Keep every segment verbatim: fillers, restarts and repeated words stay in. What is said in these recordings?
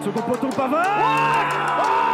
Second poteau, Pavard.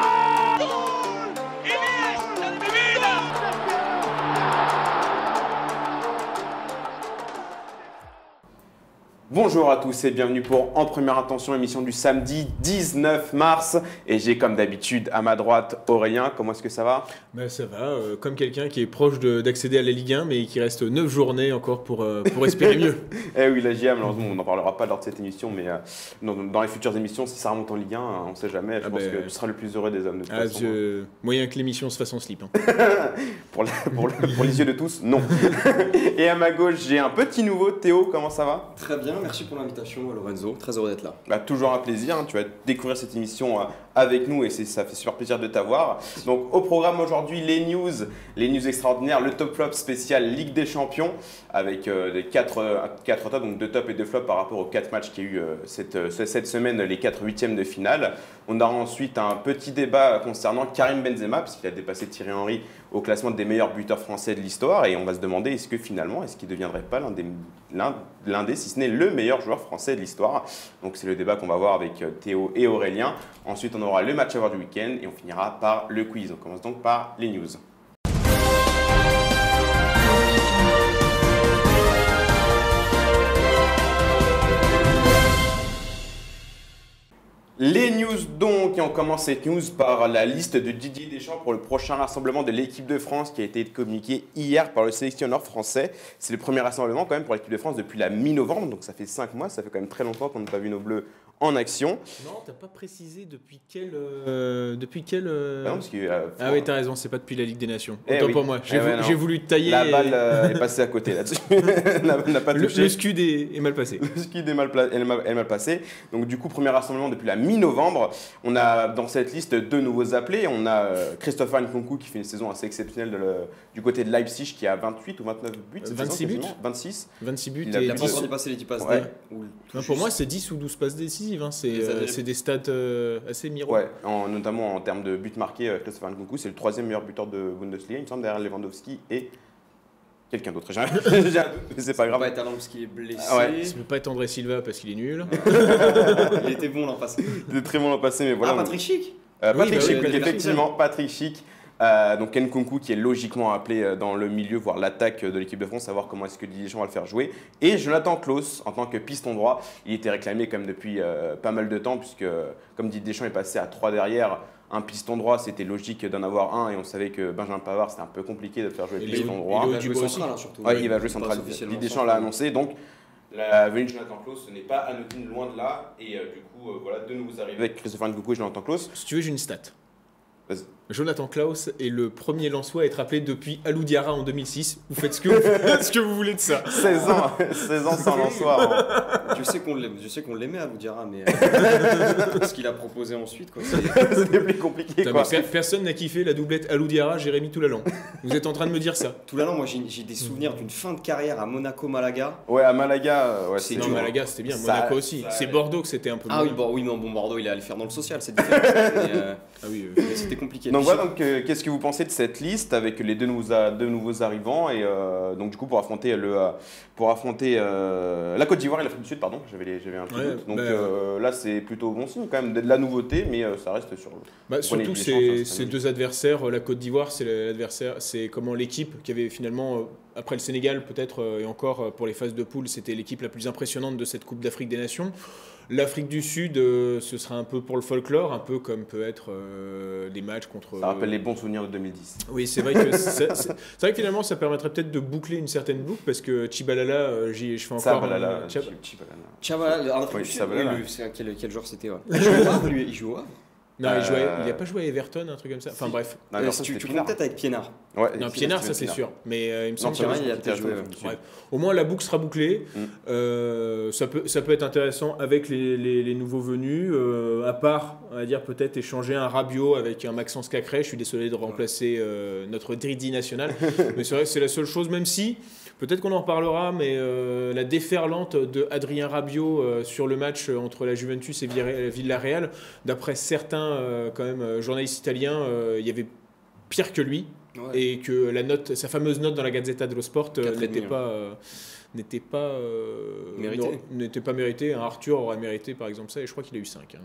Bonjour à tous et bienvenue pour En Première Intention, émission du samedi dix-neuf mars. Et j'ai comme d'habitude à ma droite Aurélien. Comment est-ce que ça va ? Ben ça va, euh, comme quelqu'un qui est proche de, d'accéder à la Ligue un, mais qui reste neuf journées encore pour, euh, pour espérer mieux. Eh oui, la J A, malheureusement, on n'en parlera pas lors de cette émission, mais euh, dans, dans les futures émissions, si ça remonte en Ligue un, on ne sait jamais. Je ah pense ben, que tu seras le plus heureux des hommes de toute ah, façon. je... Moyen que l'émission se fasse en slip. Hein. pour, la, pour, le, pour les yeux de tous, non. Et à ma gauche, j'ai un petit nouveau. Théo, comment ça va ? Très bien, merci pour l'invitation Lorenzo, très heureux d'être là. Bah, toujours un plaisir, hein. Tu vas découvrir cette émission euh, avec nous et c'est, ça fait super plaisir de t'avoir. Donc au programme aujourd'hui, les news, les news extraordinaires, le top flop spécial Ligue des Champions avec euh, les quatre, euh, quatre tops, donc deux tops et deux flops par rapport aux quatre matchs qu'il y a eu euh, cette, euh, cette semaine, les quatre huitièmes de finale. On aura ensuite un petit débat concernant Karim Benzema, puisqu'il a dépassé Thierry Henry au classement des meilleurs buteurs français de l'histoire et on va se demander est-ce que finalement, est-ce qu'il ne deviendrait pas l'un des, l'un, l'un des, si ce n'est le meilleur joueur français de l'histoire. Donc c'est le débat qu'on va voir avec Théo et Aurélien. Ensuite, on aura le match à voir du week-end et on finira par le quiz. On commence donc par les news. Les news donc, et on commence cette news par la liste de Didier Deschamps pour le prochain rassemblement de l'équipe de France qui a été communiqué hier par le sélectionneur français. C'est le premier rassemblement quand même pour l'équipe de France depuis la mi-novembre, donc ça fait cinq mois, ça fait quand même très longtemps qu'on n'a pas vu nos Bleus en action. Non, t'as pas précisé depuis quel... Euh, depuis quel euh... Bah non, parce que, euh, ah oui, t'as raison, c'est pas depuis la Ligue des Nations. Eh Autant oui. pour moi, j'ai, eh vou- ouais, j'ai voulu tailler... La et... balle euh, est passée à côté là-dessus, n'a, n'a pas le, touché. le scud est, est mal passé. Le scud est mal, pla- est mal, est mal passé. Donc du coup, premier rassemblement depuis la mi-novembre. On a dans cette liste deux nouveaux appelés. On a euh, Christopher Nkunku qui fait une saison assez exceptionnelle de le, du côté de Leipzig qui a vingt-huit ou vingt-neuf buts. Cette vingt-six saison, buts. vingt-six. vingt-six buts. Il a et Il a pas dix- encore dépassé les dix passes Ouais. D. Ou- Non, pour moi, c'est dix ou douze passes décisives. Hein. C'est, euh, c'est des stats euh, assez miroirs. Ouais, en, notamment en termes de buts marqués, euh, Christopher Nkunku, c'est le troisième meilleur buteur de Bundesliga, il me semble, derrière Lewandowski et quelqu'un d'autre. J'ai un, j'ai un doute, mais c'est pas grave. Pas être talent parce qu'il est blessé. Ah ouais. Ça peut pas être André Silva parce qu'il est nul. Il était bon l'an passé. Il était très bon l'an passé, mais voilà. Ah, Patrick Schick. Euh, Oui, Patrick bah Schick, oui, oui, bah, effectivement, Patrick Schick. Euh, donc Nkunku qui est logiquement appelé euh, dans le milieu, voire l'attaque de l'équipe de France, savoir comment est-ce que Didier Deschamps va le faire jouer. Et Jonathan Klaus, en tant que piston droit, il était réclamé quand même depuis euh, pas mal de temps, puisque comme Didier Deschamps est passé à trois derrière, un piston droit, c'était logique d'en avoir un, et on savait que Benjamin Pavard, c'était un peu compliqué de faire jouer Et le Léo- piston et droit. Léo Il va jouer Dubois central, hein, surtout. Ouais, il va jouer Pas central. officiellement Didier Deschamps l'a central. annoncé, donc la venue de Jonathan Klaus, ce n'est pas anodine, loin de là. Et euh, du coup, euh, voilà, deux nouveaux arrivés avec Christopher Nkunku et Jonathan Klaus. Si tu veux, j'ai une stat. Vas-y. Jonathan Klaus est le premier Lensois à être appelé depuis Alou Diarra en deux mille six. Vous faites ce que vous, ce que vous voulez de ça. seize ans, seize ans sans Lensois. Je sais qu'on l'aime, je sais qu'on l'aimait à vous dire, mais euh, ce qu'il a proposé ensuite, quoi. c'est- C'était plus compliqué, Putain, quoi. mais per- personne n'a kiffé la doublette Alou Diarra, Jérémy Toulalan. Vous êtes en train de me dire ça. Tout l'an, moi j'ai j'ai des souvenirs d'une fin de carrière à Monaco-Malaga. Ouais, à Malaga, euh, ouais, C'est c'est Non, dur, dur. Malaga, c'était bien. Ça- Monaco aussi. ça- C'est Bordeaux que c'était un peu Ah oui, moins. bon, oui, non, bon, Bordeaux, il est allé faire dans le social, c'est différent. mais, euh, Ah oui, euh, mais c'était compliqué. Donc Puis voilà, donc, euh, qu'est-ce que vous pensez de cette liste avec les deux nouveaux, a- deux nouveaux arrivants et euh, donc du coup pour affronter le euh, pour affronter euh, la Côte d'Ivoire et l'Afrique du Sud, pardon, j'avais les- j'avais un petit Ouais, doute. Donc bah, euh, là c'est plutôt bon signe quand même de la nouveauté, mais euh, ça reste sur. Bah, Prenez surtout des ces, chances, hein, ces c'est deux adversaires, la Côte d'Ivoire, c'est l'adversaire, c'est comment l'équipe qui avait finalement, euh, après le Sénégal peut-être, euh, et encore euh, pour les phases de poule, c'était l'équipe la plus impressionnante de cette Coupe d'Afrique des Nations. L'Afrique du Sud, euh, ce sera un peu pour le folklore, un peu comme peut être euh, les matchs contre... Ça rappelle les bons souvenirs de deux mille dix. Oui, c'est vrai que c'est, c'est- c'est vrai que finalement ça permettrait peut-être de boucler une certaine boucle parce que Chibalala, euh, j'y, je fais encore. Ça, voilà, là, un- Chib- Chi- Chibalala. Chavala, en Afrique Oui, du Sud, Chavala. oui, le- c'est- quel, quel joueur c'était, ouais. Il joue au Havre, lui, il joue au Havre. Non, il, jouait, Euh, il a pas joué à Everton, un truc comme ça. Enfin si. bref. Non, Euh, mais si ça, tu c'était tu Pinard. confonds peut-être avec Piénard. Ouais, Non, c'est Piénard, Steven ça c'est Pinard. sûr. Mais euh, il me Non, semble Piénard, qu'il y il a c'était peut-être à joué, l'Afrique du Sud. Bref. Au moins la boucle sera bouclée. Mm. Euh, ça, peut, ça peut être intéressant avec les, les- les nouveaux venus. euh, à part, on va dire, peut-être échanger un Rabiot avec un Maxence Cacré. Je suis désolé de remplacer euh, notre Dridi national. Mais c'est vrai que c'est la seule chose, même si, peut-être qu'on en reparlera, mais euh, la déferlante de Adrien Rabiot euh, sur le match entre la Juventus et Villarreal- Villarreal, d'après certains euh, quand même, euh, journalistes italiens, euh, il y avait pire que lui. Ouais. Et que la note, sa fameuse note dans la Gazzetta dello Sport euh, Quatre et n'était demi, pas, euh, n'était pas, euh, Méritée. non, n'était pas méritée. Un Arthur aurait mérité par exemple ça, et je crois qu'il a eu cinq. Hein.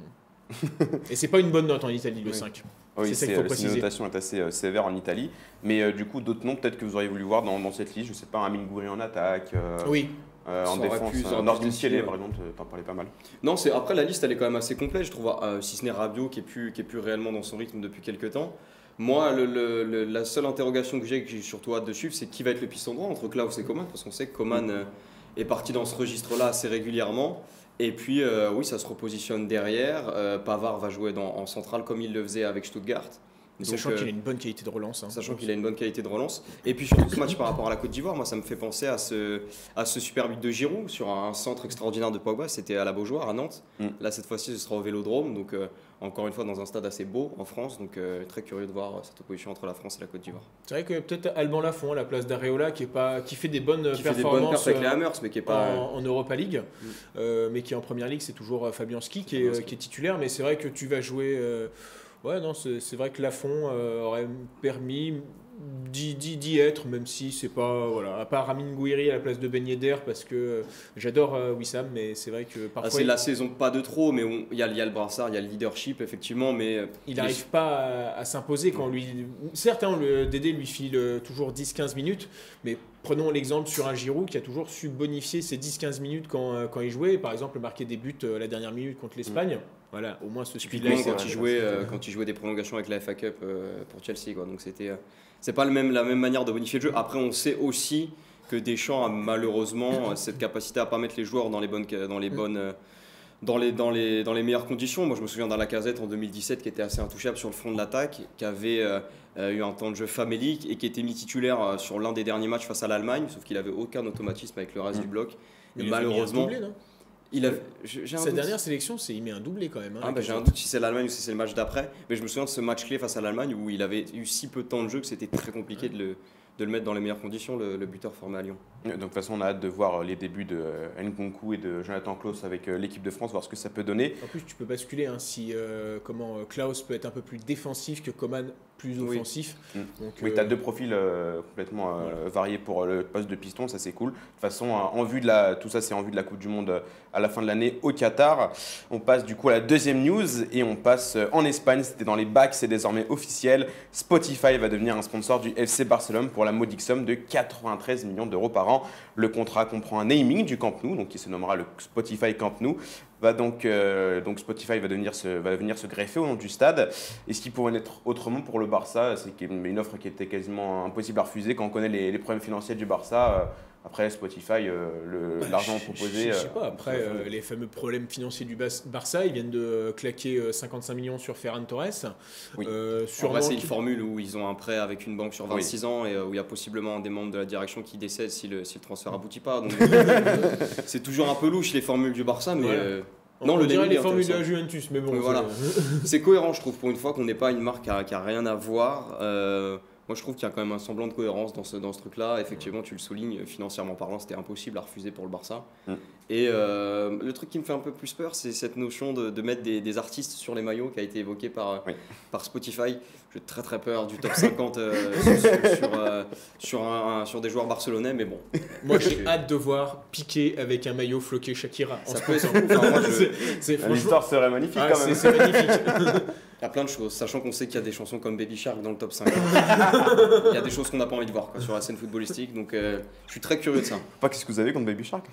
Et c'est pas une bonne note en Italie, le Oui. cinq. Oui, C'est ça qu'il c'est faut c'est une préciser. notation est assez euh, sévère en Italie. Mais euh, du coup, d'autres noms peut-être que vous auriez voulu voir dans, dans cette liste. Je sais pas, un Amine Gouiri en attaque, euh, Oui, euh, en Ça aurait défense. pu, ça aurait Euh, pu Nordin aussi, Ciele, ouais. par exemple, t'en parlais pas mal. Non, c'est après la liste, elle est quand même assez complète, je trouve, euh, si ce n'est Rabiot qui est plus qui est plus réellement dans son rythme depuis quelques temps. Moi, le- le- le- la seule interrogation que j'ai, que j'ai surtout hâte de suivre, c'est qui va être le piston droit entre Klaus et Coman, parce qu'on sait que Coman euh, est parti dans ce registre-là assez régulièrement. Et puis, euh, oui, ça se repositionne derrière. Euh, Pavard va jouer dans, en centrale comme il le faisait avec Stuttgart. Donc, sachant euh, qu'il a une bonne qualité de relance. hein. Sachant qu'il a une bonne qualité de relance. Et puis surtout ce match par rapport à la Côte d'Ivoire, moi ça me fait penser à ce, à ce super but de Giroud sur un centre extraordinaire de Pogba. C'était à la Beaujoire, à Nantes. Mm. Là cette fois-ci ce sera au Vélodrome. Donc euh, encore une fois dans un stade assez beau en France. Donc euh, très curieux de voir cette opposition entre la France et la Côte d'Ivoire. C'est vrai que peut-être Alban Lafont à la place d'Areola qui, est pas, qui fait des bonnes Qui fait des bonnes performances pertes avec les euh, Hammers, mais qui est pas. en, en Europa League, euh, mais qui est en Première Ligue, c'est toujours euh, Fabianski qui est, Fabianski. euh, qui est titulaire. Mais c'est vrai que tu vas jouer. euh, ouais, non, c'est c'est vrai que Lafont euh, aurait permis d'y d'y- d'y être, même si c'est pas. Voilà, à part Amine Gouiri à la place de Ben Yedder, parce que euh, j'adore euh, Wissam, mais c'est vrai que Ah, parfois. c'est il- la saison pas de trop, mais on- il y, a, il y a le brassard, il y a le leadership effectivement, mais euh, Il n'arrive pas à, à s'imposer quand lui. Certes, hein, le Dédé lui file euh, toujours dix quinze minutes, mais prenons l'exemple sur un Giroud qui a toujours su bonifier ses dix quinze minutes quand, euh, quand il jouait. Par exemple, marquer des buts euh, la dernière minute contre l'Espagne. Voilà, au moins ce Typiquement speed-là. c'est quand vrai, il c'est jouait vrai. euh, quand il jouait des prolongations avec la F A Cup euh, pour Chelsea quoi. Donc c'était euh, c'est pas le même la même manière de bonifier le jeu. Après on sait aussi que Deschamps a malheureusement euh, cette capacité à pas mettre les joueurs dans les bonnes dans les bonnes euh, dans les, dans, les, dans les meilleures conditions. Moi je me souviens d'un Lacazette en deux mille dix-sept qui était assez intouchable sur le front de l'attaque, qui avait euh, euh, eu un temps de jeu famélique et qui était mis titulaire euh, sur l'un des derniers matchs face à l'Allemagne, sauf qu'il avait aucun automatisme avec le reste Mm. du bloc. Mais Et il a fait malheureusement, un doublé, non il a, j'ai j'ai un Sa doute. dernière sélection, c'est il met un doublé quand même. hein, Ah, bah, j'ai un doute si c'est l'Allemagne ou si c'est le match d'après, mais je me souviens de ce match clé face à l'Allemagne où il avait eu si peu de temps de jeu que c'était très compliqué de le, de le mettre dans les meilleures conditions, le, le buteur formé à Lyon. Donc de toute façon, on a hâte de voir les débuts de euh, Nkunku et de Jonathan Klaus avec euh, l'équipe de France, voir ce que ça peut donner. En plus, tu peux basculer hein, si euh, comment euh, Klaus peut être un peu plus défensif que Coman plus Oui. offensif. Mm. Donc, Oui, euh, tu as deux profils euh, complètement euh, variés pour euh, le poste de piston, ça c'est cool. De toute façon, euh, en vue de la, tout ça c'est en vue de la Coupe du Monde euh, à la fin de l'année au Qatar. On passe du coup à la deuxième news et on passe euh, en Espagne, c'était dans les bacs, c'est désormais officiel. Spotify va devenir un sponsor du F C Barcelone pour la modique somme de quatre-vingt-treize millions d'euros par an. Le contrat comprend un naming du Camp Nou, donc qui se nommera le Spotify Camp Nou. Va donc, euh, donc Spotify va, devenir se, va venir se greffer au nom du stade. Et ce qui pourrait être autrement pour le Barça, c'est qu'il y a une offre qui était quasiment impossible à refuser quand on connaît les, les problèmes financiers du Barça. Euh, Après, Spotify, euh, le- Bah, l'argent je- proposé. Je, je sais euh, pas, après ça- euh, les fameux problèmes financiers du Bas- Barça, ils viennent de euh, claquer euh, cinquante-cinq millions sur Ferran Torres. Oui. Euh, En sûrement vrai, c'est une qu'il- formule où ils ont un prêt avec une banque sur Oui. vingt-six ans et euh, où il y a possiblement un des membres de la direction qui décède si le, si le transfert aboutit pas. Donc, c'est toujours un peu louche les formules du Barça, mais Voilà. euh, on, non, on le dirait naming les est formules de la intéressant. Juventus, mais bon. Oui, c'est- voilà. c'est cohérent, je trouve, pour une fois qu'on n'est pas une marque qui a, qui a rien à voir. Euh, moi, je trouve qu'il y a quand même un semblant de cohérence dans ce, dans ce truc-là. Effectivement, tu le soulignes, financièrement parlant, c'était impossible à refuser pour le Barça. Mm. Et euh, le truc qui me fait un peu plus peur, c'est cette notion de, de mettre des, des artistes sur les maillots qui a été évoquée par, Oui. par Spotify. J'ai très très peur du top cinquante euh, sur, sur, sur, euh, sur un- un- sur des joueurs barcelonais, mais bon. Moi, j'ai Je- hâte de voir Piqué avec un maillot floqué Shakira. en Ça ce peut être moment. fou. Enfin, moi, je- C'est- c'est franchement. L'histoire serait magnifique Ah, quand c'est même. c'est magnifique. Il y a plein de choses, sachant qu'on sait qu'il y a des chansons comme Baby Shark dans le top cinquante. Il y a des choses qu'on n'a pas envie de voir quoi, sur la scène footballistique, donc euh, je suis très curieux de ça. Pas qu'est-ce que vous avez contre Baby Shark.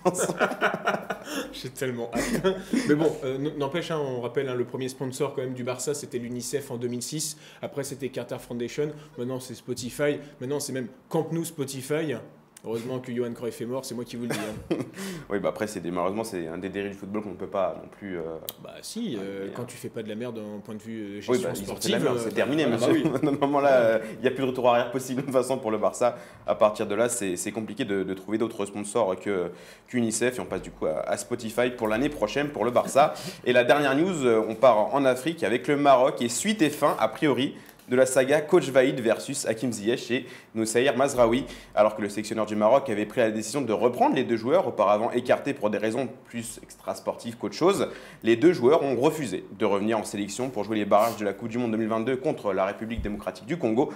J'ai tellement hâte. Mais bon, euh, n- n'empêche, hein, on rappelle, hein, le premier sponsor quand même du Barça, c'était l'UNICEF en deux mille six. Après, c'était Qatar Foundation. Maintenant, c'est Spotify. Maintenant, c'est même Camp Nou Spotify. Heureusement que Johan Cruyff est mort, c'est moi qui vous le dis. hein. Oui, bah après, c'est des, malheureusement, c'est un des dérives du football qu'on ne peut pas non plus. euh, Bah si, euh, mais, quand euh, tu fais pas de la merde d'un point de vue euh, Oui, gestion bah, ils ont fait sportive, la merde, euh, c'est terminé, voilà, monsieur. bah oui. À ce moment-là, il n'y a plus de retour arrière possible de toute façon pour le Barça. À partir de là, c'est c'est compliqué de, de trouver d'autres sponsors que qu'UNICEF. Et on passe du coup à, à Spotify pour l'année prochaine pour le Barça. Et la dernière news, euh, on part en Afrique avec le Maroc et suite et fin, a priori, de la saga Coach Vaïd versus Hakim Ziyech et Noussaïr Mazraoui. Alors que le sélectionneur du Maroc avait pris la décision de reprendre les deux joueurs, auparavant écartés pour des raisons plus extrasportives qu'autre chose, les deux joueurs ont refusé de revenir en sélection pour jouer les barrages de la Coupe du Monde deux mille vingt-deux contre la République démocratique du Congo.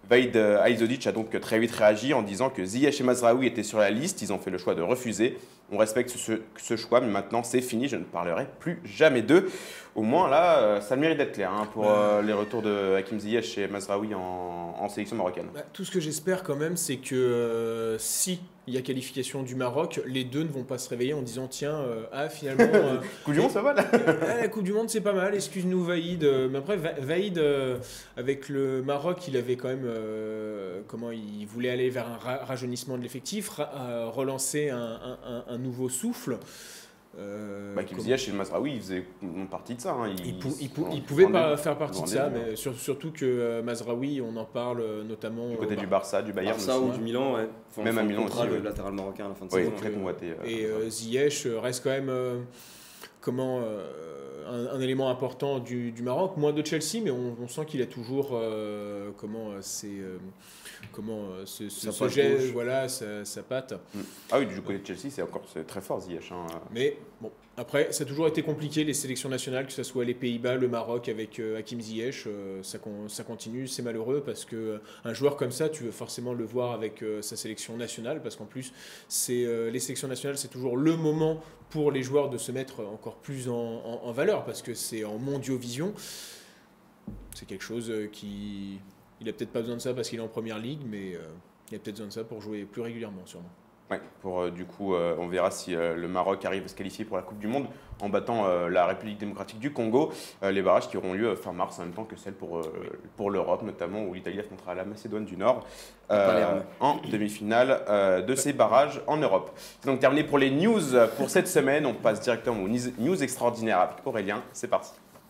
Vaid Aizodic a donc très vite réagi en disant que Ziyech et Mazraoui étaient sur la liste. Ils ont fait le choix de refuser. On respecte ce, ce choix, mais maintenant c'est fini. Je ne parlerai plus jamais d'eux. Au moins là, ça le mérite d'être clair hein, pour euh, les retours de Hakim Ziyech et Mazraoui en, en sélection marocaine. Bah, tout ce que j'espère quand même, c'est que euh, si il y a qualification du Maroc, les deux ne vont pas se réveiller en disant tiens, euh, ah finalement. Euh, Coupe du Monde, ça va là ah, la Coupe du Monde, c'est pas mal, excuse-nous Vaïd. Euh, mais après, Vaïd, euh, avec le Maroc, il avait quand même. Euh, comment il voulait aller vers un ra rajeunissement de l'effectif, ra euh, relancer un, un, un, un nouveau souffle. Euh, bah, Hakim Ziyech et le Mazraoui, ils faisaient partie de ça. Hein. Ils, ils, pou ils, pou ils pouvaient pas faire partie de ça, mais sur, surtout que euh, Mazraoui, on en parle notamment. Du côté euh, du Barça, du Bayern. Barça aussi, ou du Milan, ouais. Enfin, même à Milan aussi. Le ouais. latéral marocain à la fin de oui, saison. Très convoité. Euh, et euh, Ziyech reste quand même euh, comment, euh, un, un élément important du, du Maroc, moins de Chelsea, mais on, on sent qu'il a toujours euh, comment c'est. Euh, comment euh, ce, ce, ce jet, voilà, sa, sa patte. Mm. Ah oui, du côté de Chelsea, c'est encore très fort Ziyech. Hein. Mais bon, après, ça a toujours été compliqué, les sélections nationales, que ce soit les Pays-Bas, le Maroc avec euh, Hakim Ziyech, euh, ça, ça continue, c'est malheureux parce que euh, un joueur comme ça, tu veux forcément le voir avec euh, sa sélection nationale, parce qu'en plus, c'est euh, les sélections nationales, c'est toujours le moment pour les joueurs de se mettre encore plus en, en, en valeur, parce que c'est en mondiovision. C'est quelque chose qui... Il n'a peut-être pas besoin de ça parce qu'il est en première ligue, mais euh, il a peut-être besoin de ça pour jouer plus régulièrement, sûrement. Ouais, pour, euh, du coup, euh, on verra si euh, le Maroc arrive à se qualifier pour la Coupe du Monde en battant euh, la République démocratique du Congo. Euh, les barrages qui auront lieu fin mars, en même temps que celles pour, euh, pour l'Europe, notamment où l'Italie affrontera la Macédoine du Nord euh, en demi-finale euh, de ces barrages en Europe. C'est donc terminé pour les news pour cette semaine. On passe directement aux news extraordinaires avec Aurélien. C'est parti.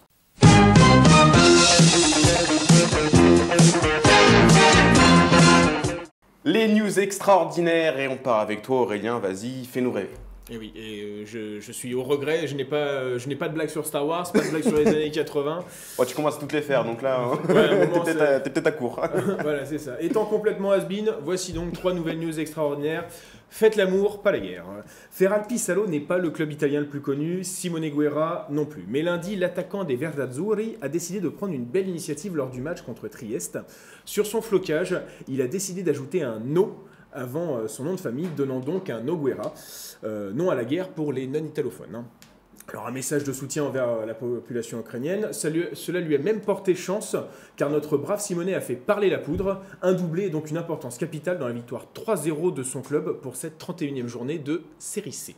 Les news extraordinaires et on part avec toi Aurélien, vas-y, fais-nous rêver. Et oui, et euh, je, je suis au regret, je n'ai pas, euh, je n'ai pas de blague sur Star Wars, pas de blague sur les années quatre-vingts. Oh, tu commences à toutes les faire, donc là, hein, ouais, t'es peut-être à, peut à court. Voilà, c'est ça. Étant complètement has-been, voici donc trois nouvelles news extraordinaires. Faites l'amour, pas la guerre. Ferral Pisalo n'est pas le club italien le plus connu, Simone Guerra non plus. Mais lundi, l'attaquant des Verdazzurri a décidé de prendre une belle initiative lors du match contre Trieste. Sur son flocage, il a décidé d'ajouter un « no » avant son nom de famille, donnant donc un No Guerra, euh, non à la guerre pour les non-italophones. Hein. Alors un message de soutien envers la population ukrainienne, ça lui, cela lui a même porté chance, car notre brave Simone a fait parler la poudre, un doublé et donc une importance capitale dans la victoire trois zéro de son club pour cette trente et unième journée de Série C.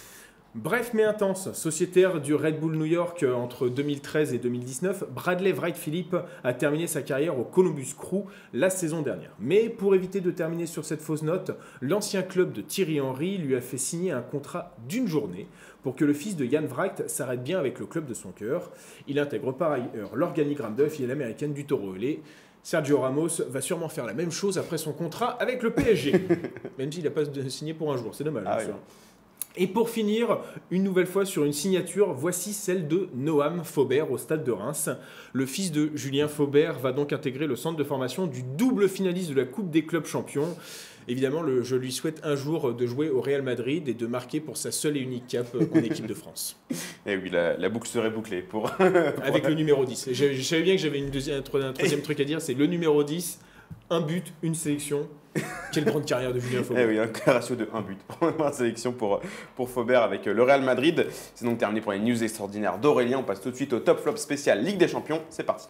Bref mais intense, sociétaire du Red Bull New York entre deux mille treize et deux mille dix-neuf, Bradley Wright Phillip a terminé sa carrière au Columbus Crew la saison dernière. Mais pour éviter de terminer sur cette fausse note, l'ancien club de Thierry Henry lui a fait signer un contrat d'une journée pour que le fils de Jan Wright s'arrête bien avec le club de son cœur. Il intègre par ailleurs l'organigramme de la filiale américaine du Toro Helé. Sergio Ramos va sûrement faire la même chose après son contrat avec le P S G, même s'il n'a pas signé pour un jour, c'est dommage. Ah hein, oui. Et pour finir, une nouvelle fois sur une signature, voici celle de Noam Faubert au stade de Reims. Le fils de Julien Faubert va donc intégrer le centre de formation du double finaliste de la Coupe des clubs champions. Évidemment, le, je lui souhaite un jour de jouer au Real Madrid et de marquer pour sa seule et unique cape en équipe de France. Et oui, la, la boucle serait bouclée pour... pour Avec le numéro dix. Je, je savais bien que j'avais une deuxième, un troisième truc à dire, c'est le numéro dix, un but, une sélection. Quelle grande carrière de Julien Faubert. Eh oui, un ratio de un but pour la sélection pour, pour Faubert avec le Real Madrid. C'est donc terminé pour les news extraordinaires d'Aurélien. On passe tout de suite au top flop spécial Ligue des Champions. C'est parti.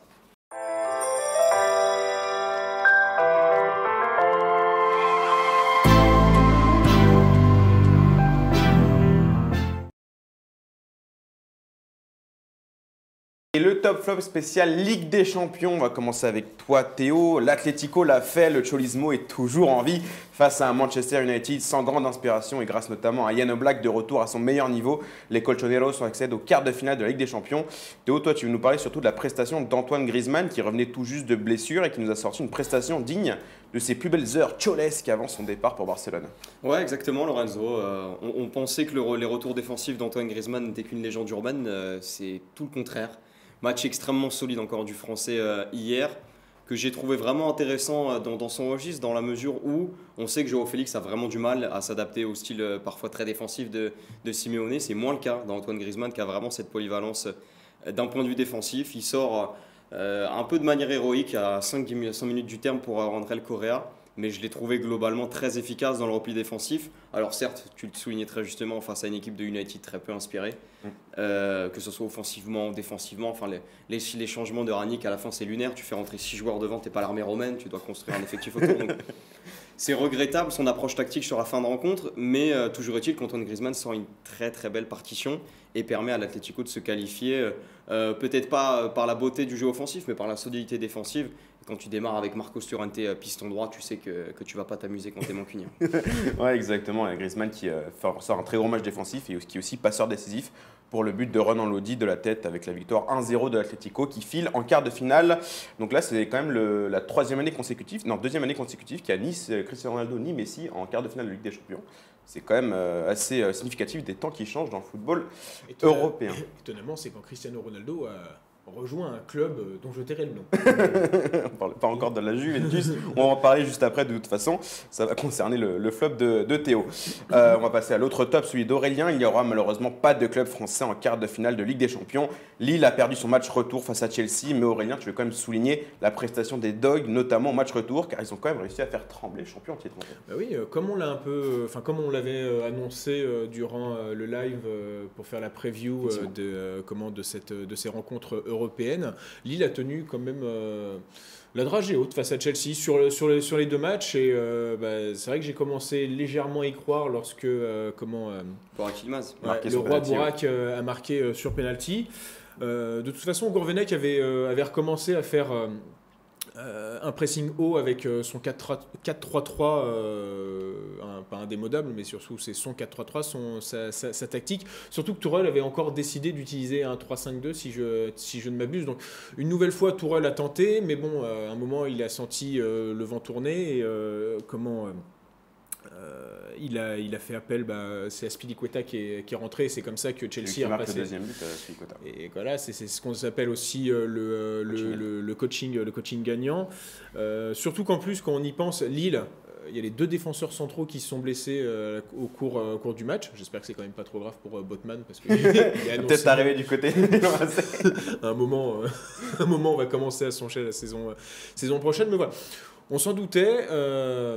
Et le top flop spécial Ligue des Champions, on va commencer avec toi Théo. L'Atlético l'a fait, le Cholismo est toujours en vie face à un Manchester United sans grande inspiration et grâce notamment à Jan Oblak de retour à son meilleur niveau. Les Colchoneros ont accédé au quart de finale de la Ligue des Champions. Théo, toi tu veux nous parler surtout de la prestation d'Antoine Griezmann qui revenait tout juste de blessure et qui nous a sorti une prestation digne de ses plus belles heures cholesques avant son départ pour Barcelone. Ouais, exactement Lorenzo. Euh, on, on pensait que le, les retours défensifs d'Antoine Griezmann n'étaient qu'une légende urbaine, euh, c'est tout le contraire. Match extrêmement solide encore du Français euh, hier, que j'ai trouvé vraiment intéressant euh, dans, dans son registre, dans la mesure où on sait que Joao Félix a vraiment du mal à s'adapter au style euh, parfois très défensif de, de Simeone. C'est moins le cas d'Antoine Griezmann qui a vraiment cette polyvalence euh, d'un point de vue défensif. Il sort euh, un peu de manière héroïque à cinq minutes du terme pour rentrer le Correa. Mais je l'ai trouvé globalement très efficace dans le repli défensif. Alors certes, tu le soulignais très justement, face à une équipe de United très peu inspirée, mm. euh, que ce soit offensivement ou défensivement. Enfin, les, les, les changements de Rangnick, à la fin, c'est lunaire. Tu fais rentrer six joueurs devant, tu n'es pas l'armée romaine, tu dois construire un effectif autour. Donc, c'est regrettable son approche tactique sur la fin de rencontre, mais euh, toujours est-il qu'Antoine Griezmann sort une très très belle partition et permet à l'Atlético de se qualifier, euh, peut-être pas par la beauté du jeu offensif, mais par la solidité défensive. Quand tu démarres avec Marcos Llorente piston droit, tu sais que, que tu ne vas pas t'amuser quand tu es mancunien. Ouais, exactement. Et Griezmann qui euh, sort un très gros match défensif et qui est aussi passeur décisif pour le but de Renan Lodi de la tête avec la victoire un zéro de l'Atlético qui file en quart de finale. Donc là, c'est quand même le, la troisième année consécutive, non, deuxième année consécutive qu'il y a ni Cristiano Ronaldo ni Messi en quart de finale de Ligue des Champions. C'est quand même euh, assez euh, significatif des temps qui changent dans le football Étonnamment, européen. Étonnamment, c'est quand Cristiano Ronaldo a rejoint un club dont je tairai le nom. On ne parle pas encore de la Juventus, on va en parler juste après de toute façon, ça va concerner le, le flop de, de Théo. Euh, on va passer à l'autre top, celui d'Aurélien. Il n'y aura malheureusement pas de club français en quart de finale de Ligue des Champions. Lille a perdu son match retour face à Chelsea, mais Aurélien, tu veux quand même souligner la prestation des Dogs, notamment au match retour, car ils ont quand même réussi à faire trembler le champion en titre. Bah oui, euh, comme on l'a un peu, enfin comme on l'avait euh, annoncé euh, durant euh, le live euh, pour faire la preview euh, de euh, comment de cette de ces rencontres européenne, Lille a tenu quand même euh, la dragée haute face à Chelsea sur, le, sur, le, sur les deux matchs et euh, bah, c'est vrai que j'ai commencé légèrement à y croire lorsque euh, comment euh, Burak Yilmaz, ouais, le roi Burak euh, a marqué euh, sur penalty. Euh, de toute façon, Gourvenec avait, euh, avait recommencé à faire euh, euh, un pressing haut avec euh, son quatre trois trois, euh, un, pas indémodable, mais surtout c'est son quatre trois trois, son, sa, sa, sa tactique. Surtout que Tourelle avait encore décidé d'utiliser un trois cinq deux si je, si je ne m'abuse. Donc une nouvelle fois, Tourelle a tenté, mais bon, euh, à un moment, il a senti euh, le vent tourner et euh, comment... Euh, Euh, il, a, il a fait appel, bah, c'est Azpilicueta qui est, qui est rentré, c'est comme ça que Chelsea a passé. Le deuxième but, Azpilicueta. Et voilà, c'est, c'est ce qu'on appelle aussi euh, le, le, le, le, coaching, le coaching gagnant. Euh, surtout qu'en plus, quand on y pense, Lille, euh, il y a les deux défenseurs centraux qui se sont blessés euh, au, cours, euh, au cours du match. J'espère que c'est quand même pas trop grave pour euh, Botman. Parce que peut-être arrivé du côté. un, moment, euh, un moment, on va commencer à songer la saison, euh, saison prochaine. Mais voilà, on s'en doutait. Euh,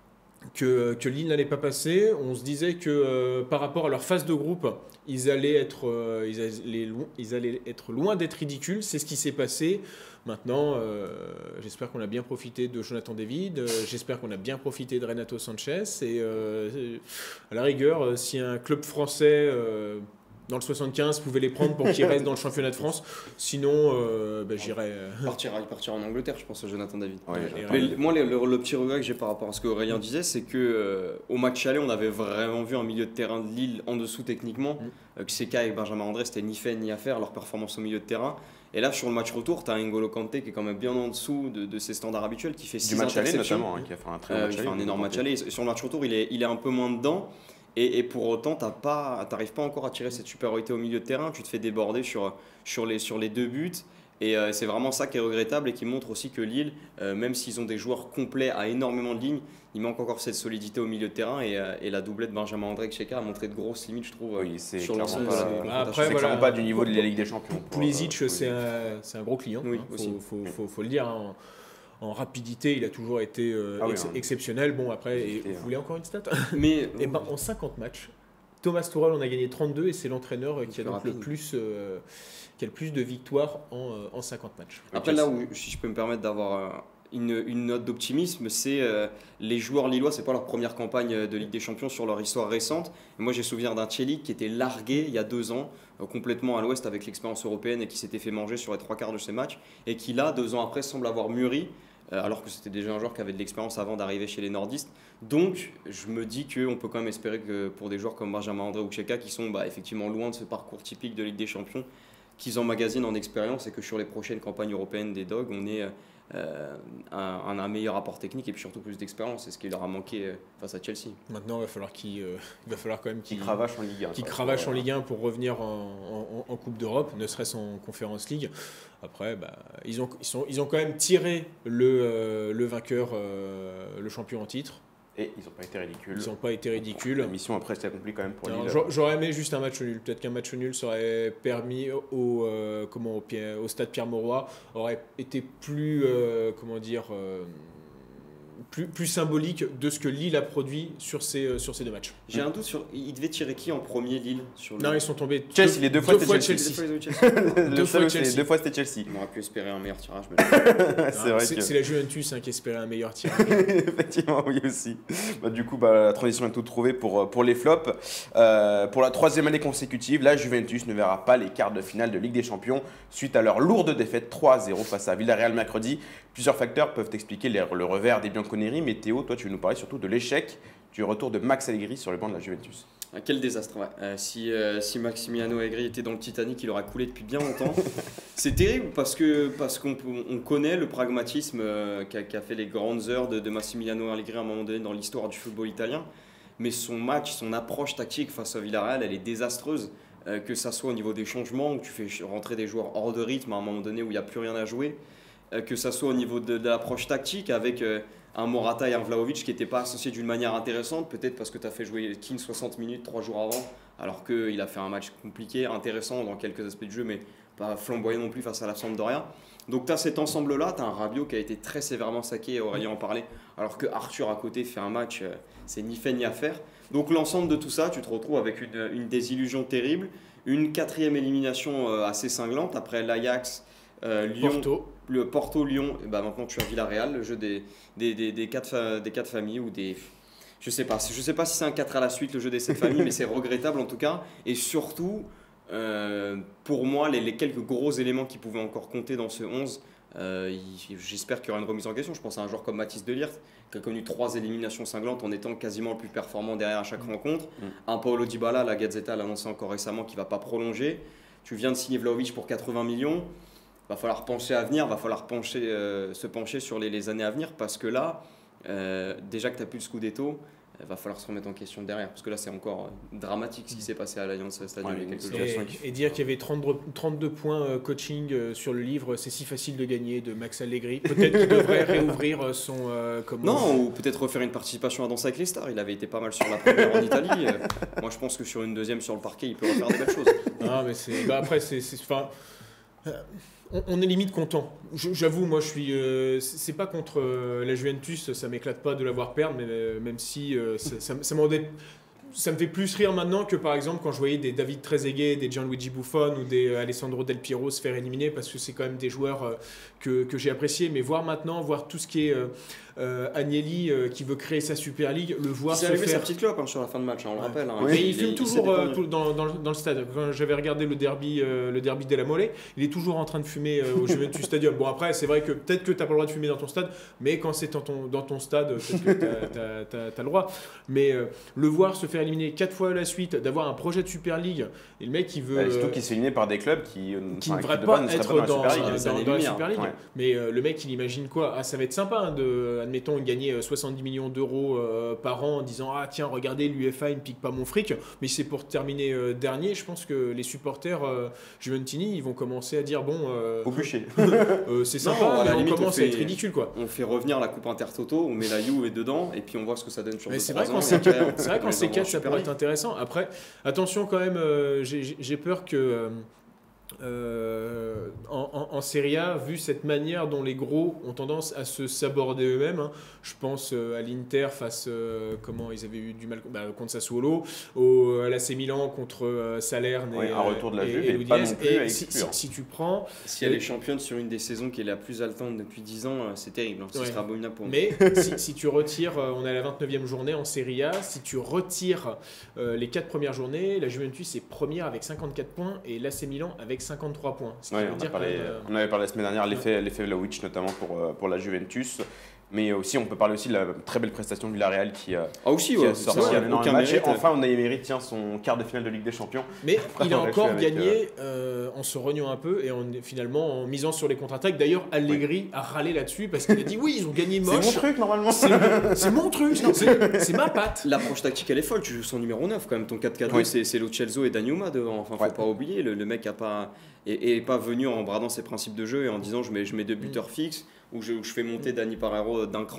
Que, que Lille n'allait pas passer. On se disait que euh, par rapport à leur phase de groupe, ils allaient être, euh, ils allaient, ils allaient être loin d'être ridicules. C'est ce qui s'est passé. Maintenant, euh, j'espère qu'on a bien profité de Jonathan David. Euh, j'espère qu'on a bien profité de Renato Sanchez. Et euh, à la rigueur, euh, si un club français... Euh, dans le soixante-quinze, pouvait les prendre pour qu'ils restent dans le championnat de France. Sinon, euh, bah, j'irais... Il partira, il partira en Angleterre, je pense, Jonathan David. Ouais, mais moi, le, le, le petit regret que j'ai par rapport à ce qu'Aurélien disait, c'est qu'au euh, match aller, on avait vraiment vu un milieu de terrain de Lille en dessous techniquement. Mm. Euh, Xhaka et Benjamin André, c'était ni fait ni à faire, leur performance au milieu de terrain. Et là, sur le match retour, tu as N'Golo Kanté qui est quand même bien en dessous de, de ses standards habituels, qui fait six interceptions. Du match aller notamment, hein, qui a fait un très bon euh, match aller. Il fait un énorme match aller. Et sur le match retour, il est, il est un peu moins dedans. Et, et pour autant, tu n'arrives pas encore à tirer cette supériorité au milieu de terrain. Tu te fais déborder sur, sur, les, sur les deux buts. Et euh, c'est vraiment ça qui est regrettable et qui montre aussi que Lille, euh, même s'ils ont des joueurs complets à énormément de lignes, il manque encore cette solidité au milieu de terrain. Et, euh, et la doublette Benjamin André et Xhaka a montré de grosses limites, je trouve. Oui, c'est sur clairement le pas, bah, après, voilà, clairement pas du niveau de la Ligue des Champions. Pulisic, c'est un, un gros client. Oui, il hein, faut, faut, faut, faut le dire. Hein. En rapidité, il a toujours été euh, ah oui, ex- hein. exceptionnel. Bon, après, et, vous voulez encore une stat? Mais et ben, en cinquante matchs, Thomas Tuchel en a gagné trente-deux et c'est l'entraîneur qui a donc le plus, euh, qui a le plus de victoires en, euh, en cinquante matchs. Après, là où si je peux me permettre d'avoir une, une note d'optimisme, c'est euh, les joueurs lillois, c'est pas leur première campagne de Ligue des Champions sur leur histoire récente. Et moi, j'ai souvenir d'un Tchelik qui était largué il y a deux ans, euh, complètement à l'ouest avec l'expérience européenne et qui s'était fait manger sur les trois quarts de ses matchs et qui là, deux ans après, semble avoir mûri. Alors que c'était déjà un joueur qui avait de l'expérience avant d'arriver chez les nordistes. Donc, je me dis qu'on peut quand même espérer que pour des joueurs comme Benjamin André ou Xhaka, qui sont bah, effectivement loin de ce parcours typique de Ligue des Champions, qu'ils emmagasinent en expérience et que sur les prochaines campagnes européennes des Dogs, on ait euh, un, un meilleur apport technique et puis surtout plus d'expérience. C'est ce qui leur a manqué face à Chelsea. Maintenant, il va falloir qu'il, euh, il va falloir quand même qu'il Qui cravache en Ligue un. Qui cravache en Ligue un pour revenir en, en, en Coupe d'Europe, ne serait-ce en Conference League. Après, bah, ils, ont, ils, sont, ils ont quand même tiré le, euh, le vainqueur, euh, le champion en titre. Et ils n'ont pas été ridicules. Ils n'ont pas été ridicules. La mission après c'était accomplie quand même pour Alors, Lille. j'a- J'aurais aimé juste un match nul. Peut-être qu'un match nul ça aurait permis au, euh, comment, au, Pierre- au stade Pierre-Mauroy, aurait été plus, euh, comment dire, euh, plus, plus symbolique de ce que Lille a produit sur ces, euh, sur ces deux matchs. J'ai un doute sur. Il devait tirer qui en premier, Lille sur le... Non, ils sont tombés Chelsea, les deux fois, c'était Chelsea. Chelsea. Deux fois, ils ont eu Chelsea. Le deux seul, fois c'est- Chelsea. deux fois c'était Chelsea. On aurait pu espérer un meilleur tirage. Mais... c'est vrai C'est que. c'est la Juventus hein, qui espérait un meilleur tir. Effectivement, oui aussi. Bah, du coup, bah, la transition est toute trouvée pour, pour les flops. Euh, pour la troisième année consécutive, la Juventus ne verra pas les quarts de finale de Ligue des Champions suite à leur lourde défaite trois à zéro face à Villarreal mercredi. Plusieurs facteurs peuvent expliquer les- le revers des Bianconeri, mais Théo, toi, tu veux nous parler surtout de l'échec du retour de Max Allegri sur le banc de la Juventus. Ah, quel désastre, ouais. Euh, si, euh, si Maximiano Allegri était dans le Titanic, il aurait coulé depuis bien longtemps. C'est terrible parce que parce qu'on peut- on connaît le pragmatisme euh, qu'a qu'a fait les grandes heures de, de Massimiliano Allegri à un moment donné dans l'histoire du football italien. Mais son match, son approche tactique face à Villarreal, elle est désastreuse. Euh, que ça soit au niveau des changements, où tu fais ch- rentrer des joueurs hors de rythme à un moment donné où il n'y a plus rien à jouer. Euh, que ça soit au niveau de, de l'approche tactique avec euh, un Morata et un Vlahovic qui n'étaient pas associés d'une manière intéressante, peut-être parce que tu as fait jouer Keane soixante minutes trois jours avant, alors qu'il a fait un match compliqué, intéressant dans quelques aspects de jeu, mais pas flamboyant non plus face à la Sampdoria. Donc tu as cet ensemble-là, tu as un Rabiot qui a été très sévèrement saqué, Aurélien en parlait, alors que Arthur à côté fait un match, euh, c'est ni fait ni à faire. Donc l'ensemble de tout ça, tu te retrouves avec une, une désillusion terrible, une quatrième élimination euh, assez cinglante après l'Ajax, euh, Lyon, Porto. le Porto, Lyon, et bah maintenant tu as Villarreal, le jeu des, des, des, des, quatre, fa- des quatre familles ou des... Je sais pas, je sais pas si c'est un quatre à la suite le jeu des sept familles, mais c'est regrettable en tout cas. Et surtout, euh, pour moi, les, les quelques gros éléments qui pouvaient encore compter dans ce onze, euh, il- j'espère qu'il y aura une remise en question. Je pense à un joueur comme Mathis De Ligt, qui a connu trois éliminations cinglantes en étant quasiment le plus performant derrière à chaque rencontre. Mm. Un Paolo Dybala, la Gazzetta l'a annoncé encore récemment qu'il ne va pas prolonger. Tu viens de signer Vlahovic pour quatre-vingts millions. Va falloir pencher à venir, va falloir pencher, euh, se pencher sur les, les années à venir parce que là, euh, déjà que tu n'as plus de Scudetto, il va falloir se remettre en question derrière parce que là c'est encore euh, dramatique ce qui s'est passé à l'Allianz Stadium Ouais, il y a quelques c'est- jours. Et, et dire qu'il y avait trente-deux, trente-deux points euh, coaching euh, sur le livre, c'est si facile de gagner de Max Allegri. Peut-être qu'il devrait réouvrir euh, son. euh, comment- Non, ou peut-être refaire une participation à Danse avec les stars. Il avait été pas mal sur la première en Italie. Euh, moi je pense que sur une deuxième sur le parquet, il peut refaire des belles choses. Non, mais c'est. Bah après, c'est. c'est- Enfin. euh, On, on est limite content. Je- J'avoue, moi, je suis. euh, c'est c'est pas contre euh, la Juventus, ça m'éclate pas de l'avoir perdre, mais euh, même si euh, ça, ça, ça m'en dé- ça me fait plus rire maintenant que par exemple quand je voyais des David Trezeguet, des Gianluigi Buffon ou des euh, Alessandro Del Piero se faire éliminer parce que c'est quand même des joueurs euh, que, que j'ai appréciés. Mais voir maintenant, voir tout ce qui est euh, euh, Agnelli euh, qui veut créer sa Super League, le voir Il s'est se arrivé sa faire. petite clope hein, sur la fin de match, hein, on le Ouais. rappelle. hein. Oui. Mais il filme s'est toujours euh, détendu. tout- dans, dans le- dans le stade. Quand j'avais regardé le derby, euh, le derby della Mole, il est toujours en train de fumer euh, au Juventus Stadium. Bon après, c'est vrai que peut-être que tu n'as pas le droit de fumer dans ton stade, mais quand c'est dans ton, dans ton stade, peut-être que tu as, le droit. Mais euh, le voir se faire éliminer quatre fois à la suite, d'avoir un projet de Super League, et le mec il veut... Ouais, surtout euh, qu'il s'est éliminé par des clubs qui, euh, qui enfin, ne devrait de pas base ne seraient être pas dans, dans la Super dans- League. des dans la années-lumière. Super League. Ouais. Mais euh, le mec, il imagine quoi? Ah, ça va être sympa, hein, de, admettons, gagner euh, soixante-dix millions d'euros euh, par an en disant ah tiens, regardez, l'U F A, il ne pique pas mon fric. Mais c'est pour terminer euh, dernier. Je pense que les supporters euh, Juventini, ils vont commencer à dire bon, euh, Au bûcher. euh, c'est Non, sympa, à la mais on limite, on commence à fait- être ridicule, quoi. On fait revenir la Coupe Intertoto, on met la Juve dedans et puis on voit ce que ça donne sur Mais deux, c'est trois vrai ans, qu'en et C après, quatre, on c'est vrai peut qu'en les C envoyer en quatre, ça Super pourrait League. être intéressant. Après, attention quand même, euh, j'ai j'ai peur que euh, euh, en, en, en Serie A, vu cette manière dont les gros ont tendance à se saborder eux-mêmes, hein, je pense euh, à l'Inter face, euh, comment ils avaient eu du mal bah, contre Sassuolo, au, à l'A C Milan contre euh, Salerne Oui, et, un retour de la et- Juve et et pas l'Udinese. non plus à Et si, exclure. si- si tu prends, Si elle est championne sur une des saisons qui est la plus haletante depuis dix ans, euh, c'est terrible. hein. Ce Ouais. sera abominable pour nous. mais si, si tu retires, euh, on est à la vingt-neuvième journée en Serie A, si tu retires euh, les quatre premières journées, la Juventus est première avec cinquante-quatre points et l'A C Milan avec cinquante-trois points. Ce qui Ouais, veut on, a dire parlé, quand même, euh, on avait parlé la semaine dernière, l'effet l'effet Vlahovic notamment pour, euh, pour la Juventus. Mais aussi, on peut parler aussi de la très belle prestation de Villarreal qui, euh, Ah aussi, qui ouais, a c'est sorti vrai, un énorme aucun match. Et mérite. enfin, Unai Emery tient son quart de finale de Ligue des Champions. Mais Après, il a on va encore jouer avec, gagné euh, en se rognant un peu et en, finalement en misant sur les contre-attaques. D'ailleurs, Allegri a râlé là-dessus parce qu'il a dit oui, ils ont gagné C'est mon moche. truc normalement. C'est c'est mon truc, c'est c'est ma patte. L'approche tactique elle est folle, tu joues son numéro neuf quand même, ton quatre quatre deux Oui. c'est c'est Lo Celso et Danjuma devant, enfin faut Ouais. pas oublier, le, le mec a pas, est, est pas venu en bradant ses principes de jeu et en disant je mets, je mets deux buteurs fixes ou je, ou je fais monter Dani Parejo d'un cran.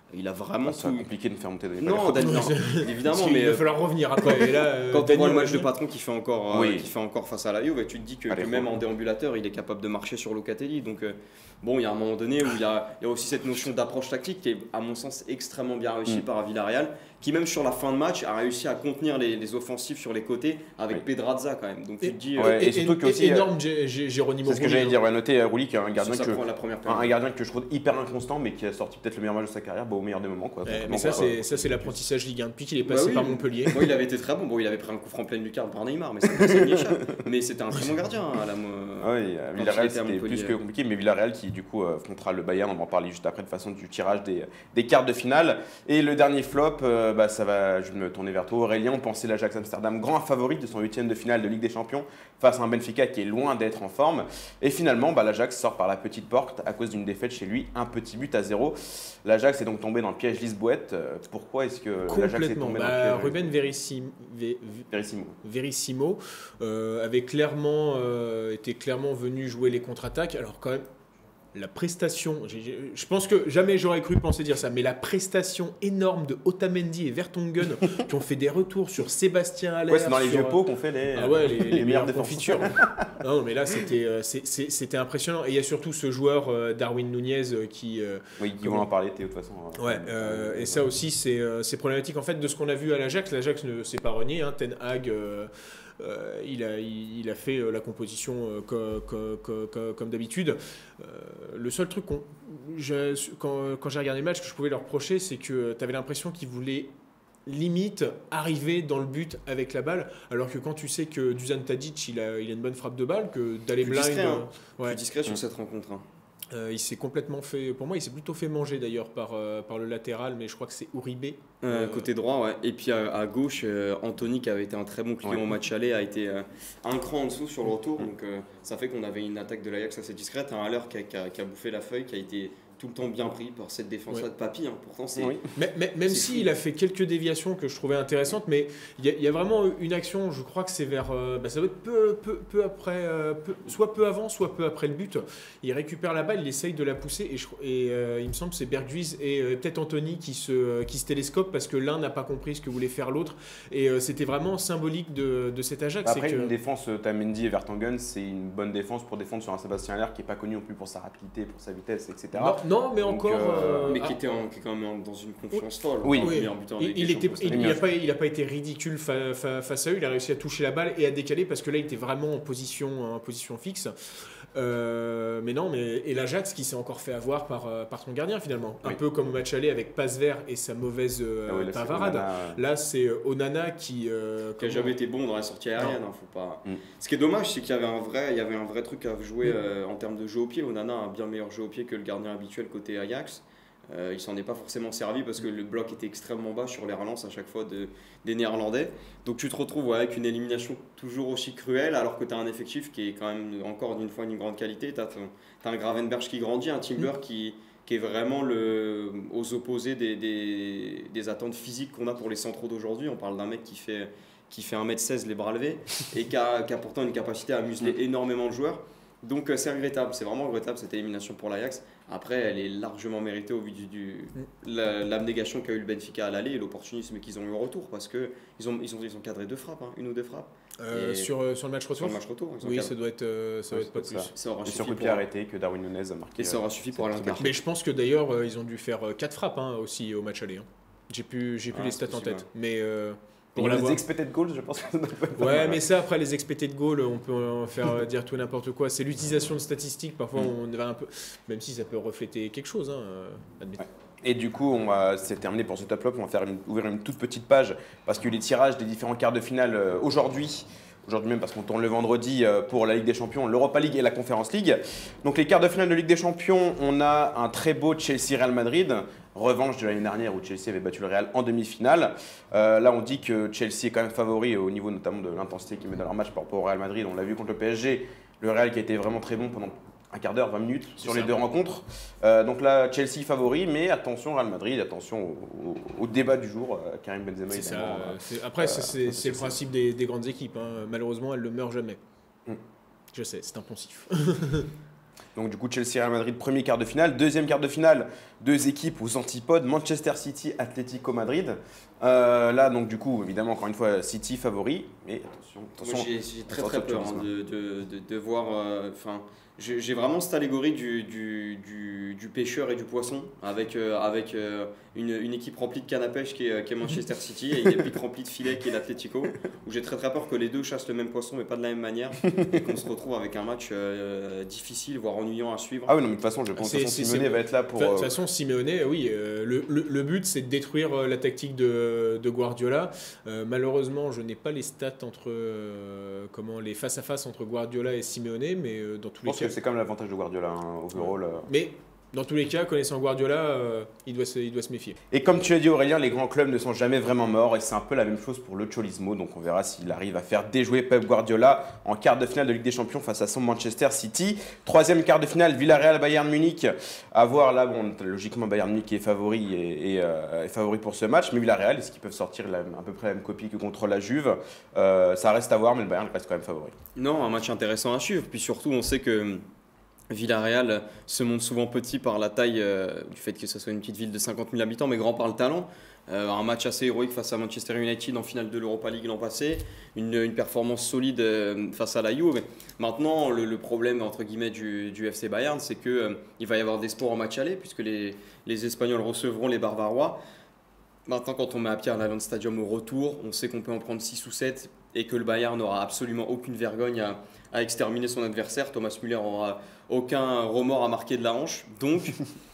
Il a vraiment C'est tout. compliqué de me faire monter dans les Non, palais. Daniel, Parce évidemment, qu'il mais va euh, falloir revenir après. Et là, euh, quand on voit Daniel le match de Levy- patron qu'il fait encore, euh, Oui. qu'il fait encore face à la Juve, tu te dis que, Allez, que même faut- en déambulateur, il est capable de marcher sur Locatelli. Donc euh, bon, il y a un moment donné où il y a, il y a aussi cette notion d'approche tactique qui est, à mon sens, extrêmement bien réussie Mm. par Villarreal, qui même sur la fin de match a réussi à contenir les, les offensives sur les côtés avec Oui. Pedraza quand même. Donc tu Et- te dis, Ouais, et surtout que aussi, énorme Gé- Gé- Geronimo C'est ce que Rulli, j'allais hein. dire. On va noter euh, Rulli qui est un sur gardien sa que. pre- la première Un, période. un gardien que je trouve hyper inconstant, mais qui a sorti peut-être le meilleur match de sa carrière bah, au meilleur des moments. Quoi. Ouais, Donc, mais donc, ça, euh, c'est ça, c'est l'apprentissage Ligue un. Depuis qu'il est Bah passé oui. par Montpellier. Moi, il avait été très bon. Bon, il avait pris un coup franc pleine lucarne par Neymar, mais c'est c'est une échappe. Mais c'était un très bon gardien hein, à la. mo- Ah oui, euh, il Villarreal était à c'était Montpellier. plus que compliqué, mais Villarreal qui du coup euh, affrontera le Bayern, on va en parler juste après de façon du tirage des, des quarts de finale. Et le dernier flop, euh, bah, ça va, je vais me tourner vers toi Aurélien, on pensait l'Ajax Amsterdam grand favori de son huitième de finale de Ligue des Champions face à un Benfica qui est loin d'être en forme. Et finalement, bah, l'Ajax sort par la petite porte à cause d'une défaite chez lui, un petit but à zéro. L'Ajax est donc tombé dans le piège Lisboète. Euh, Pourquoi est-ce que l'Ajax est Complètement. tombé dans Bah, le piège Ruben Verissim- Ve- Verissimo. Verissimo euh, avait clairement euh, était clairement venu jouer les contre-attaques. Alors quand même, la prestation, j'ai- j'ai- je pense que jamais j'aurais cru penser dire ça, mais la prestation énorme de Otamendi et Vertonghen qui ont fait des retours sur Sébastien Haller. Ouais, c'est dans les sur, vieux pots qu'on fait les, Ah ouais, les, les meilleures meilleures défenses. confitures. Non, mais là, c'était euh, c'est- c'est- c'était impressionnant. Et il y a surtout ce joueur, euh, Darwin Nunez, euh, qui... euh, Oui, qui Comment vont en parler, Théo, de toute façon. Ouais, euh, et ça aussi, c'est euh, c'est problématique. En fait, de ce qu'on a vu à l'Ajax, l'Ajax ne s'est pas renié. Hein. Ten Hag, euh, euh, il, a, il, il a fait euh, la composition euh, co- co- co- co- comme d'habitude. Euh, le seul truc, qu'on- je- quand, quand j'ai regardé le match, que je pouvais leur reprocher, c'est que tu avais l'impression qu'ils voulaient limite arriver dans le but avec la balle, alors que quand tu sais que Dusan Tadic, il a, il a une bonne frappe de balle, que d'aller Plus blind... discret, hein. euh, ouais. Plus discret sur Mm. cette rencontre. hein. Euh, il s'est complètement fait, pour moi, il s'est plutôt fait manger d'ailleurs par, euh, par le latéral, mais je crois que c'est Uribe. Euh, Euh, côté droit, ouais. Et puis à, à gauche, euh, Anthony, qui avait été un très bon client Ouais. au match aller, a été euh, un cran en dessous sur le retour. Donc euh, ça fait qu'on avait une attaque de l'Ajax assez discrète. Un Haller qui a, qui, a, qui a bouffé la feuille, qui a été tout le temps bien pris par cette défense-là Ouais. de Papy. Hein. Pourtant, c'est. Oui. Mais, mais- même C'est s'il fou. a fait quelques déviations que je trouvais intéressantes, mais il y, a- il y a vraiment une action, je crois que c'est vers. euh, bah, ça doit être peu, peu, peu après, euh, peu- soit peu avant, soit peu après le but. Il récupère la balle, il essaye de la pousser, et, je- et euh, il me semble que c'est Berghuis et euh, peut-être Anthony qui se, qui se télescopent parce que l'un n'a pas compris ce que voulait faire l'autre. Et euh, c'était vraiment symbolique de, de cet Ajax. Après, c'est que... une défense, euh, Tamendi et Vertonghen, c'est une bonne défense pour défendre sur un Sébastien Haller qui n'est pas connu non plus pour sa rapidité, pour sa vitesse, et cetera. Non, non, mais Donc, encore. euh, euh, Mais ah, qui était en- qui est quand même en- dans une confiance folle. Oui. Enfin, Oui. meilleur buteur de Il, Ligue il des était, Champions, il, c'était il a bien. pas, il a pas été ridicule fa- fa- face à eux. Il a réussi à toucher la balle et à décaler parce que là, il était vraiment en position, en position fixe. Euh, mais non, mais et l'Ajax qui s'est encore fait avoir par, euh, par son gardien finalement. Un Oui. peu comme au match aller avec passe vert et sa mauvaise euh, Ah oui, là, c'est pavarade. Onana, euh, Là, c'est euh, Onana qui. euh, Qui a comment- jamais été bon dans la sortie aérienne, hein, faut pas. Mm. Ce qui est dommage, c'est qu'il y avait un vrai, il y avait un vrai truc à jouer Mm. euh, en termes de jeu au pied. Onana a un bien meilleur jeu au pied que le gardien habituel côté Ajax. Euh, il s'en est pas forcément servi parce que le bloc était extrêmement bas sur les relances à chaque fois de, des Néerlandais. Donc tu te retrouves ouais, avec une élimination toujours aussi cruelle alors que tu as un effectif qui est quand même encore une fois une grande qualité. Tu as, un Gravenberch qui grandit, un Timber Mm. qui, qui est vraiment le, aux opposés des, des, des attentes physiques qu'on a pour les centraux d'aujourd'hui. On parle d'un mec qui fait, qui fait un mètre seize les bras levés et qui a, qui a pourtant une capacité à museler énormément de joueurs. Donc euh, c'est regrettable, c'est vraiment regrettable cette élimination pour l'Ajax. Après, elle est largement méritée au vu du, du la- l'abnégation qu'a eu le Benfica à l'aller et l'opportunisme qu'ils ont eu au retour parce que ils ont, ils ont, ils ont cadré deux frappes, hein, une ou deux frappes Euh, Et- sur, euh, sur le match sur retour le match retour. Ils ont Oui, cadré. ça doit être, euh, ça doit Ouais, être pas c'est plus. ça. Ça aura Et suffi sur coup de pour, pied arrêté que Darwin Nunez a marqué. et ça aura suffi pour euh, aller cette en quart. Mais je pense que d'ailleurs, euh, ils ont dû faire quatre frappes hein, aussi au match aller. hein. J'ai plus, j'ai plus Ah, les c'est stats en possible, tête. Mais euh, Pour pour les l'avoir. expected goals, je pense que ça doit pas être pas Ouais, mal. mais ça, après les expected goals, on peut en faire euh, dire tout et n'importe quoi. C'est l'utilisation de statistiques. Parfois, Mm. on va un peu. Même si ça peut refléter quelque chose, hein, euh, admettons. Et du coup, on va, c'est terminé pour ce top flop. On va faire une- ouvrir une toute petite page parce qu'il y a eu les tirages des différents quarts de finale euh, aujourd'hui. Aujourd'hui même parce qu'on tourne le vendredi euh, pour la Ligue des Champions, l'Europa League et la Conference League. Donc les quarts de finale de Ligue des Champions, on a un très beau Chelsea-Real Madrid. Revanche de l'année dernière où Chelsea avait battu le Real en demi-finale. Euh, là, on dit que Chelsea est quand même favori au niveau notamment de l'intensité qu'ils mettent dans leur match par rapport au Real Madrid. On l'a vu contre le P S G. Le Real qui a été vraiment très bon pendant un quart d'heure, vingt minutes sur C'est les ça. deux rencontres. Euh, donc là, Chelsea favori, mais attention Real Madrid, attention au, au- au débat du jour. Euh, Karim Benzema, C'est ça. évidemment. euh, c'est- Après, c'est- c'est ça, c'est le c'est- principe des, des grandes équipes. hein. Malheureusement, elles ne meurent jamais. Mm. Je sais, c'est un poncif. Donc du coup, Chelsea-Real Madrid, premier quart de finale. Deuxième quart de finale, deux équipes aux antipodes, Manchester City, Atlético Madrid. Euh, là, donc du coup, évidemment, encore une fois, City favori. Mais attention, attention. Moi, j'ai j'ai très attention très au peur hein, tourisme. de, de, de, de voir. Enfin, j'ai j'ai vraiment cette allégorie du, du, du, du pêcheur et du poisson avec, euh, avec euh, une, une équipe remplie de cannes à pêche qui est, qui est Manchester City et une équipe remplie de filets qui est l'Atlético. Où j'ai très très peur que les deux chassent le même poisson mais pas de la même manière et qu'on se retrouve avec un match euh, difficile, voire ennuyant à suivre. Ah oui, non, mais de toute façon, je pense que Simeone va être là pour. De toute euh, façon, Simeone, oui, euh, le, le, le but c'est de détruire euh, la tactique de, de Guardiola. Euh, malheureusement, je n'ai pas les stats entre euh, comment les face à face entre Guardiola et Simeone, mais euh, dans tous Je les pense cas. que c'est quand même l'avantage de Guardiola, hein, overall. euh. Mais dans tous les cas, connaissant Guardiola, euh, il, doit se, il doit se méfier. Et comme tu as dit Aurélien, les grands clubs ne sont jamais vraiment morts et c'est un peu la même chose pour le Cholismo. Donc on verra s'il arrive à faire déjouer Pep Guardiola en quart de finale de Ligue des Champions face à son Manchester City. Troisième quart de finale, Villarreal-Bayern Munich. À voir là, bon, logiquement Bayern Munich est favori et, et, euh, est favori pour ce match. Mais Villarreal, est-ce qu'ils peuvent sortir la, à peu près la même copie que contre la Juve? euh, Ça reste à voir, mais le Bayern reste quand même favori. Non, un match intéressant à suivre. Puis surtout, on sait que Villarreal se montre souvent petit par la taille euh, du fait que ce soit une petite ville de cinquante mille habitants, mais grand par le talent. Euh, un match assez héroïque face à Manchester United en finale de l'Europa League l'an passé, une, une performance solide euh, face à la Juve. Maintenant, le, le problème entre guillemets du, du F C Bayern, c'est qu'il euh, va y avoir des sports en match aller, puisque les, les Espagnols recevront les Bavarois. Maintenant, quand on met à pied un Allianz Stadium au retour, on sait qu'on peut en prendre six ou sept et que le Bayern n'aura absolument aucune vergogne à, à exterminer son adversaire. Thomas Müller n'aura aucun remords à marquer de la hanche. Donc,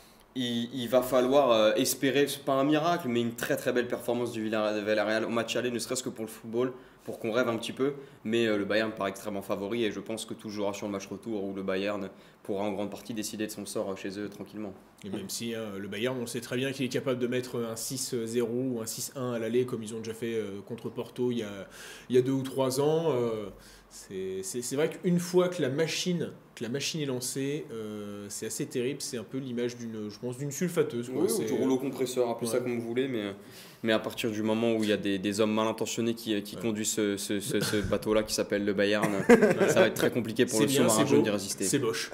il, il va falloir euh, espérer, c'est pas un miracle, mais une très très belle performance du Villarreal au match aller, ne serait-ce que pour le football, pour qu'on rêve un petit peu. Mais euh, le Bayern paraît extrêmement favori et je pense que tout jouera sur le match retour où le Bayern pourra en grande partie décider de son sort chez eux tranquillement. Et même si hein, le Bayern, on sait très bien qu'il est capable de mettre un six zéro ou un six un à l'aller, comme ils ont déjà fait euh, contre Porto il y a, il y a deux ou trois ans. Euh, c'est, c'est, c'est vrai qu'une fois que la machine, que la machine est lancée, euh, c'est assez terrible. C'est un peu l'image d'une, je pense, d'une sulfateuse. Quoi. Oui, c'est... ou du rouleau compresseur, appelez Ouais. ça comme vous voulez, mais, mais à partir du moment où il y a des, des hommes mal intentionnés qui, qui Ouais. conduisent ce, ce, ce, ce bateau-là qui s'appelle le Bayern, ça va être très compliqué pour C'est le bien, sous-marin c'est jaune beau, d'y résister. c'est moche.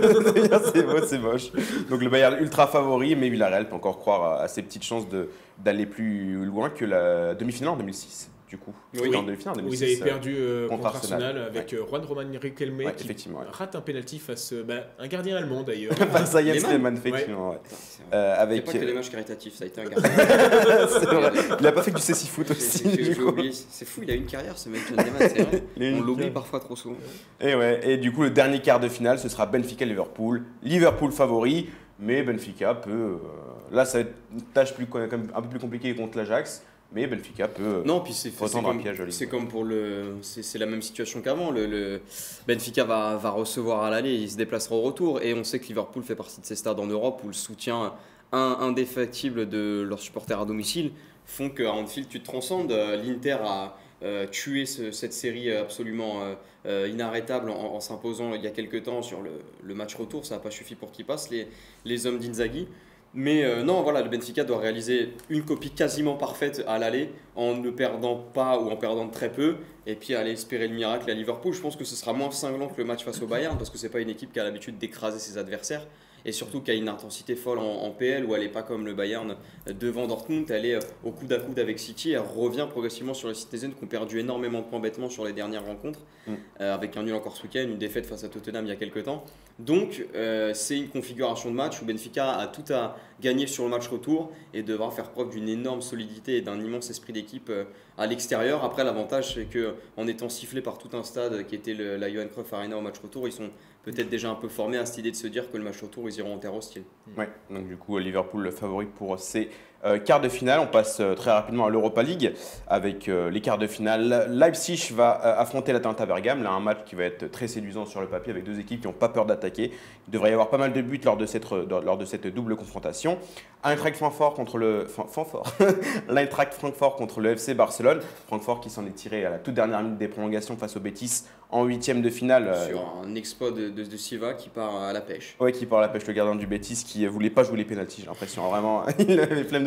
C'est beau, c'est moche. Donc le Bayern ultra favori, mais Villarreal peut encore croire à, à ses petites chances de, d'aller plus loin que la demi-finale en deux mille six. Du coup, Oui. C'était en demi-finale en Où deux mille six. ils avaient euh, perdu euh, contre contre Arsenal. Arsenal avec euh, Juan Roman Riquelme Ouais, qui effectivement, ouais. rate un penalty face à bah, un gardien allemand d'ailleurs. Face à Jens Lehmann. Lehmann, effectivement. Ouais. Putain, c'est vrai. Euh, C'est avec, pas que euh, les matchs caritatifs, ça a été un gardien. c'est vrai. Il a pas fait que du cécifoot J'ai- aussi. j'ai- du j'ai coup. oublié. C'est fou, il a eu une carrière ce mec, John Lehmann, c'est vrai. Il a eu On une l'oublie carrière. parfois trop souvent. Et, ouais, et du coup, le dernier quart de finale, ce sera Benfica-Liverpool. Liverpool favori, mais Benfica peut. euh, là, ça va être une tâche plus, quand même un peu plus compliquée contre l'Ajax, mais Benfica peut. euh, Non, puis c'est c'est Retendre un comme, piège à Ligue. c'est comme pour le. C'est c'est la même situation qu'avant. Le, le Benfica va, va recevoir à l'aller, il se déplacera au retour. Et on sait que Liverpool fait partie de ces stades en Europe où le soutien un, indéfectible de leurs supporters à domicile font qu'à Anfield, tu te transcendes. Euh, L'Inter a euh, tué ce- cette série absolument euh, euh, inarrêtable en, en s'imposant il y a quelques temps sur le, le match retour. Ça n'a pas suffi pour qu'ils passent, les, les hommes d'Inzaghi. Mais euh, non, voilà, le Benfica doit réaliser une copie quasiment parfaite à l'aller en ne perdant pas ou en perdant très peu et puis aller espérer le miracle à Liverpool. Je pense que ce sera moins cinglant que le match face au Bayern parce que c'est pas une équipe qui a l'habitude d'écraser ses adversaires et surtout qui a une intensité folle en, en P L où elle n'est pas comme le Bayern devant Dortmund, elle est euh, au coude à coude avec City, elle revient progressivement sur les Citizens qui ont perdu énormément de points bêtement sur les dernières rencontres Mm. euh, avec un nul encore ce week-end, une défaite face à Tottenham il y a quelques temps. Donc euh, c'est une configuration de match où Benfica a tout à gagner sur le match retour et devra faire preuve d'une énorme solidité et d'un immense esprit d'équipe euh, à l'extérieur. Après, l'avantage c'est qu'en étant sifflé par tout un stade qui était le, la Johan Cruyff Arena au match retour, ils sont peut-être déjà un peu formés à cette idée de se dire que le match retour ils iront en terre hostile. Ouais, donc du coup, Liverpool le favori pour ces euh, quarts de finale. On passe euh, très rapidement à l'Europa League avec euh, les quarts de finale. Leipzig va euh, affronter l'Atalanta Bergame. Là, un match qui va être très séduisant sur le papier avec deux équipes qui n'ont pas peur d'attaquer. Il devrait y avoir pas mal de buts lors de cette, lors de cette double confrontation. Eintracht Francfort contre le Francfort. L'Eintracht Francfort contre le F C Barcelone. Francfort qui s'en est tiré à la toute dernière minute des prolongations face au Betis en huitième de finale. euh, Sur un exploit de, de, de Silva qui part à la pêche. Ouais, qui part à la pêche, le gardien du Betis qui voulait pas jouer les pénaltys, j'ai l'impression. Vraiment, il avait flemme de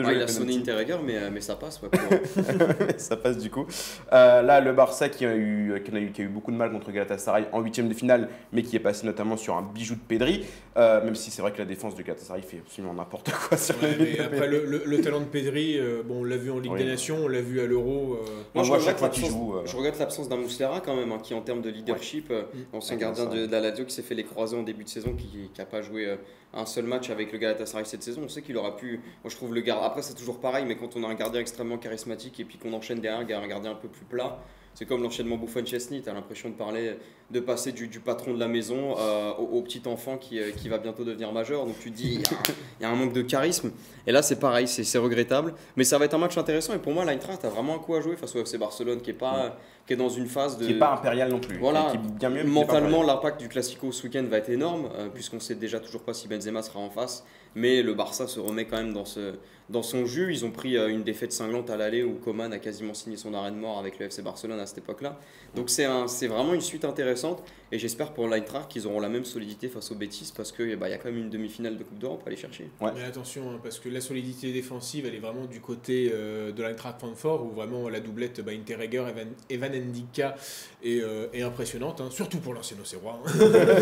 de Ah, jouer il les a sonné penalties. Interregger, mais, euh, mais ça passe. Ouais, pour- Ça passe du coup. Euh, là, le Barça qui a, eu, qui, a eu, qui a eu beaucoup de mal contre Galatasaray en huitième de finale, mais qui est passé notamment sur un bijou de Pedri, euh, même si c'est vrai que la défense de Galatasaray fait absolument n'importe quoi sur Ouais, le mais après, le, le- le talent de Pedri, euh, bon, on l'a vu en Ligue Oui. des Nations, on l'a vu à l'Euro. euh, On je voit regrette chaque fois qu'il l'absence- joue, euh. Je regrette l'absence d'un Muslera quand même, hein, qui en termes de leadership, euh, ancien Avec gardien ça. de, de la Lazio qui s'est fait les croisés en début de saison, qui n'a pas joué euh, un seul match avec le Galatasaray cette saison. On sait qu'il aura pu. Moi je trouve le gardien. Après c'est toujours pareil, mais quand on a un gardien extrêmement charismatique et puis qu'on enchaîne derrière un gardien un peu plus plat. C'est comme l'enchaînement Buffon-Chesney, tu as l'impression de parler, de passer du, du patron de la maison euh, au, au petit enfant qui, euh, qui va bientôt devenir majeur. Donc tu te dis, il y, a un- il y a un manque de charisme. Et là, c'est pareil, c'est c'est regrettable. Mais ça va être un match intéressant. Et pour moi, l'Eintracht a vraiment un coup à jouer face au F C Barcelone, qui est, pas, qui est dans une phase de. Qui n'est pas impérial non plus. Voilà. Qui est bien mieux, mais qui est pas Mentalement, impérial. l'impact du Classico ce week-end va être énorme, euh, puisqu'on sait déjà toujours pas si Benzema sera en face. Mais le Barça se remet quand même dans, ce, dans son jus. Ils ont pris euh, une défaite cinglante à l'aller où Coman a quasiment signé son arrêt de mort avec le F C Barcelone à cette époque-là. Donc c'est un- c'est vraiment une suite intéressante. Et j'espère pour l'Eintracht qu'ils auront la même solidité face au Betis, parce qu'il bah, y a quand même une demi-finale de Coupe d'Europe à aller chercher. Ouais. Mais attention, hein, parce que la solidité défensive, elle est vraiment du côté euh, de l'Eintracht Francfort, où vraiment la doublette bah, Interregger, Evan, Evan Ndika est, euh, est impressionnante, hein, surtout pour l'ancien Auxerrois. Hein.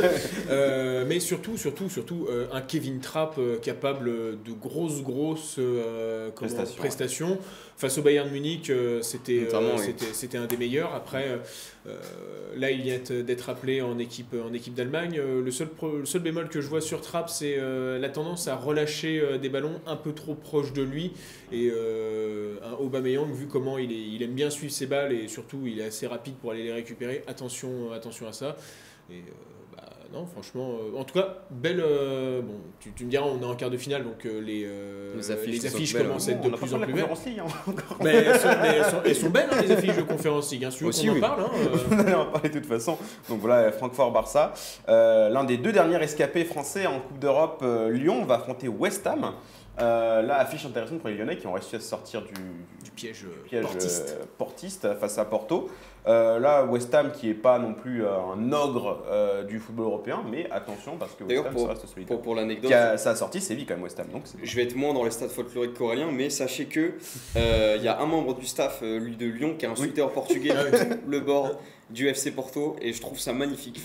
Euh, mais surtout, surtout, surtout, euh, un Kevin Trapp euh, capable de grosses, grosses euh, comment, Prestations, prestations. Face au Bayern Munich, euh, c'était euh, Notamment, oui. c'était- c'était un des meilleurs. Après, euh, euh, là, il vient d'être appelé en équipe, en équipe d'Allemagne. Euh, le, seul pro- le seul bémol que je vois sur Trapp, c'est euh, la tendance à relâcher euh, des ballons un peu trop proches de lui. Et euh, un Aubameyang, vu comment il, est, il aime bien suivre ses balles et surtout il est assez rapide pour aller les récupérer, attention, attention à ça. Et euh, bah, non, franchement, euh, en tout cas, belle. euh, bon, tu, tu me diras, on est en quart de finale, donc euh, les, euh, Les affiches les sont affiches belles, commencent On à être de n'a pas plus parlé en de plus la belles. Conférence League, hein, encore. Mais elles sont, mais elles sont- elles sont belles, hein, les affiches de Conférence League. Hein, si tu veux Aussi, qu'on en oui. parle. Hein, euh. On en a parlé de toute façon. Donc voilà, Francfort-Barça. Euh, L'un des deux derniers escapés français en Coupe d'Europe, euh, Lyon, va affronter West Ham. Euh, là, affiche intéressante pour les Lyonnais qui ont réussi à se sortir du, Du piège, euh, piège portiste. euh, portiste face à Porto. Euh, là, West Ham qui n'est pas non plus euh, un ogre euh, du football européen, mais attention parce que West D'ailleurs, Ham pour, ça reste solidaire. pour, pour l'anecdote, Qui a- ça a sorti Séville quand même, West Ham. Donc c'est- je vais être moins dans les stades folkloriques coralliens, mais sachez que euh, il y a un membre du staff euh, lui de Lyon qui a insulté en portugais Ah oui. tout le bord du F C Porto, et je trouve ça magnifique.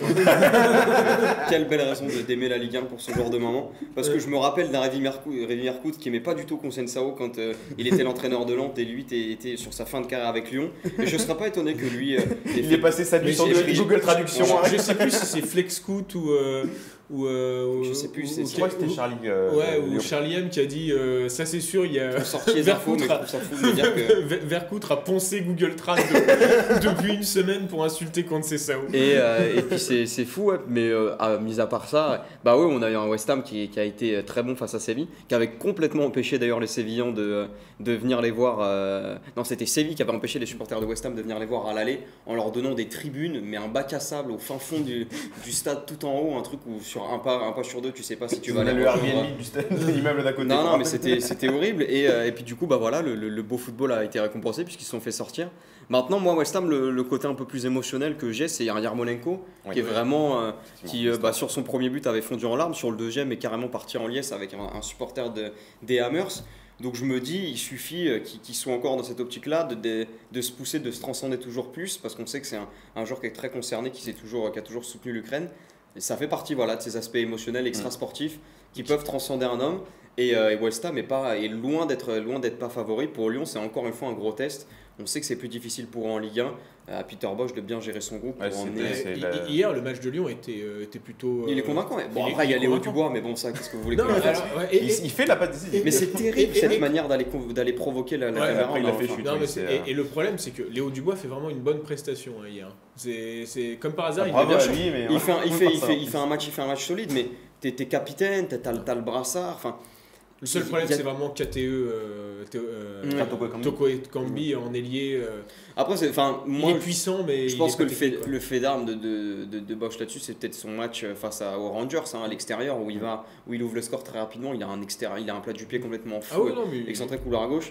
Quelle belle raison de- d'aimer la Ligue un pour ce genre de moment. Parce que je me rappelle d'un Révi Mercout, Révi Mercout qui aimait pas du tout Conceição quand euh, il était l'entraîneur de Nantes et lui était, était sur sa fin de carrière avec Lyon. Et je serais pas étonné que lui. euh, ait Il fait- est passé sa nuit Mais sur j'ai- de- j'ai- Google Traduction. Ouais, hein. Je sais plus si c'est Flexcoot ou. euh, ou euh, Je ou- sais plus, ou- c'est- ou- Je crois que c'était ou- Charlie. euh, Ouais, ou Léon. Charlie M qui a dit euh, ça c'est sûr, il y a. Ils ont sorti les infos, mais je trouve ça fou de me dire que. Ver- Vercoute a poncé Google Trad de- depuis une semaine pour insulter Conceição. Et, euh, et puis c'est c'est fou, ouais, mais euh, à- mis à part ça, bah ouais, on a eu un West Ham qui, qui a été très bon face à Séville, qui avait complètement empêché d'ailleurs les Sévillans de, de venir les voir. euh, Non, c'était Séville qui avait empêché les supporters de West Ham de venir les voir à l'aller en leur donnant des tribunes, mais un bac à sable au fin fond du, du stade tout en haut, un truc où sur un pas, un pas sur deux, tu sais pas si tu vas On a aller le rejoindre- Airbnb du stade, de l'immeuble d'à côté. Non, non, quoi. mais c'était c'était horrible. Et, euh, et puis du coup, bah voilà, le, le- le beau football a été récompensé puisqu'ils se sont fait sortir. Maintenant, moi, West Ham, le, le côté un peu plus émotionnel que j'ai, c'est un Yarmolenko Oui. qui est vraiment, euh, Effectivement. qui euh, bah, sur son premier but avait fondu en larmes, sur le deuxième est carrément parti en liesse avec un, un supporter de, des Hammers. Donc je me dis, il suffit euh, qu'ils qu'ils soient encore dans cette optique-là, de, de, de se pousser, de se transcender toujours plus, parce qu'on sait que c'est un, un joueur qui est très concerné, qui, s'est toujours, qui a toujours soutenu l'Ukraine. Et ça fait partie voilà, de ces aspects émotionnels, extrasportifs, qui peuvent transcender un homme. Et, euh, et West Ham est, pas, est loin d'être loin d'être pas favori. Pour Lyon, c'est encore une fois un gros test. On sait que c'est plus difficile pour eux en Ligue un. À Peter Bosch de bien gérer son groupe Ouais, pour c'était- emmener. c'est Hi- la- Hier, le match de Lyon était, euh, était plutôt. Il est euh, convaincant. ouais. Bon, il est- après, il y a il est Léo convaincant. Dubois, mais bon, ça, qu'est-ce que vous voulez Non, qu'on mais, fasse alors, ouais, et- Il, il fait la patte décisive. Mais c'est terrible et- cette et- manière d'aller co- d'aller provoquer la, la Ouais, caméra. après, il en a fait enfin. chute. Non, oui, mais c'est, c'est- euh, et, et le problème, c'est que Léo Dubois fait vraiment une bonne prestation hein, hier. C'est c'est- comme par hasard, il Bravo est bien à chaud. lui, mais Il fait, un, il, on fait, va il, pas fait, ça. il fait un match, il fait un match solide, mais t'es t'es capitaine, t'as t'as le- t'as le brassard. Enfin, Le seul il- problème, il y a- c'est vraiment K T E, euh, Théo- euh, Ouais. Enfin, Toko Ekambi. Toko et Kambi en ailier. euh, Après, c'est- enfin, il moi, est puissant, mais. je il pense est que pas le fait, technique, quoi. le fait d'armes de, de, de, de Bosch là-dessus, c'est peut-être son match face à, aux Rangers hein, à l'extérieur où il va, où il ouvre le score très rapidement. Il a un extérieur, il a un plat du pied complètement fou, Ah ouais, non, mais. excentré couloir à gauche.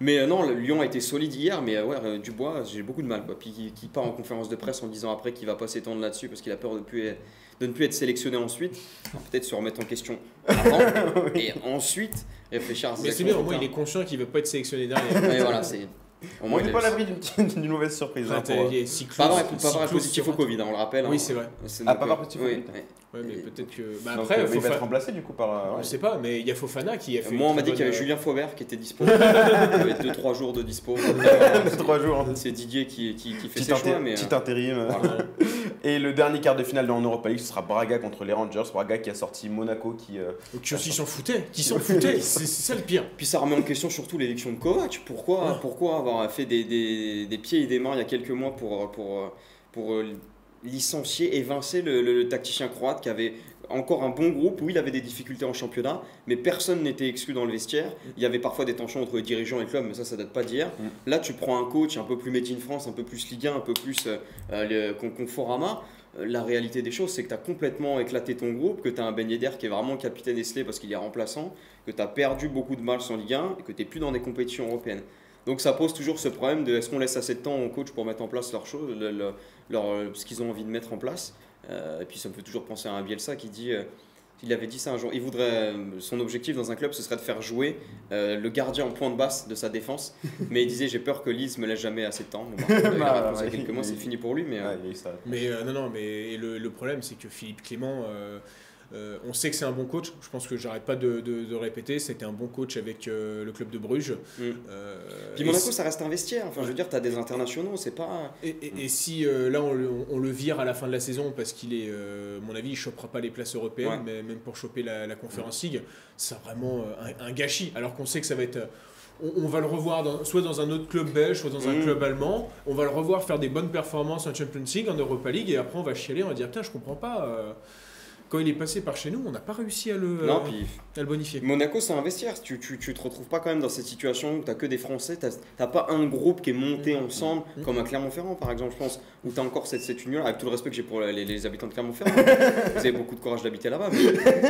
Mais euh, non, le Lyon a été solide hier, mais euh, ouais, euh, Dubois, j'ai beaucoup de mal. Quoi. Puis qui, qui part en conférence de presse en disant après qu'il va pas s'étendre là-dessus parce qu'il a peur de, plus, de ne plus être sélectionné ensuite. Alors, peut-être se remettre en question avant et ensuite réfléchir à ses Mais c'est actions bien, plus au moins tard. il est conscient qu'il ne veut pas être sélectionné derrière. Ouais, voilà, c'est. Au On moins, n'est il pas à a- l'abri d'une d'une mauvaise surprise. hein, Enfin, pour- t'as- il y a Cyclos- Pas avoir Cyclos positif au sur- Covid, hein, on le rappelle. Oui, hein. c'est vrai. C'est Ah, donc, pas euh, positif au oui, Covid. oui. Ouais, mais peut-être que. Bah Donc, après, euh, mais il va Fofa- être remplacé du coup par. euh, On ouais. ne sait pas, mais il y a Fofana qui a fait. Moi, on une m'a dit bonne, qu'il y avait euh, Julien Faubert qui était dispo. Il y avait deux trois jours de dispo. Trois jours. C'est Didier qui, qui, qui fait Petit, ses choix. inté- Mais, petit euh, intérim. voilà. Et le dernier quart de finale en Europa League, ce sera Braga contre les Rangers. Braga qui a sorti Monaco qui. euh, Qui aussi s'en foutaient. Qui s'en foutaient. C'est c'est ça le pire. Puis ça remet en question surtout l'élection de Kovac. Pourquoi, Ouais. pourquoi avoir fait des, des, des pieds et des mains il y a quelques mois pour, pour, pour euh, licencier, évincer le, le, le tacticien croate qui avait encore un bon groupe. Oui, il avait des difficultés en championnat, mais personne n'était exclu dans le vestiaire. Il y avait parfois des tensions entre les dirigeants et le club, mais ça, ça date pas d'hier. Mm. Là, tu prends un coach un peu plus Made in France, un peu plus Ligue un, un peu plus euh, le, Con- Conforama. Euh, La réalité des choses, c'est que tu as complètement éclaté ton groupe, que tu as un Ben Yedder qui est vraiment capitaine Esley parce qu'il est remplaçant, que tu as perdu beaucoup de matchs en Ligue un et que tu n'es plus dans des compétitions européennes. Donc ça pose toujours ce problème de est-ce qu'on laisse assez de temps aux coachs pour mettre en place leur chose, le- le- leur, ce qu'ils ont envie de mettre en place. Euh, et puis ça me fait toujours penser à un Bielsa qui dit, euh, il avait dit ça un jour, il voudrait, euh, son objectif dans un club ce serait de faire jouer euh, le gardien en point de basse de sa défense, mais il disait j'ai peur que Leeds me laisse jamais assez de temps. Bon, bah, il a répondu il y a quelques mois, c'est fini pour lui, mais... euh, Ouais, il y a eu ça. Mais euh, non, non, mais le, le problème, c'est que Philippe Clément, euh, euh, on sait que c'est un bon coach. Je pense que j'arrête pas de, de, de répéter. C'était un bon coach avec euh, le club de Bruges. Mm. Euh, Puis et Monaco, si- ça reste un vestiaire. Enfin, je veux dire, tu as des internationaux, c'est pas. Et, et- et si euh, là on le, on le vire à la fin de la saison parce qu'il est, euh, à mon avis, il chopera pas les places européennes, Ouais. mais même pour choper la, la Conference League, c'est vraiment euh, un, un gâchis. Alors qu'on sait que ça va être, euh, on, on va le revoir dans- soit dans un autre club belge, soit dans un Mm. club allemand. On va le revoir faire des bonnes performances en Champions League, en Europa League, et après on va chialer, on va dire putain, je comprends pas. euh, quand il est passé par chez nous, on n'a pas réussi à le, Non, euh, puis à le bonifier. Monaco, c'est un vestiaire. Tu, tu, tu te retrouves pas quand même dans cette situation où tu que des Français. Tu n'as pas un groupe qui est monté Mm. ensemble, Mm. comme à Clermont-Ferrand, par exemple, je pense, où tu as encore cette, cette union, avec tout le respect que j'ai pour les, les habitants de Clermont-Ferrand. Vous avez beaucoup de courage d'habiter là-bas. Mais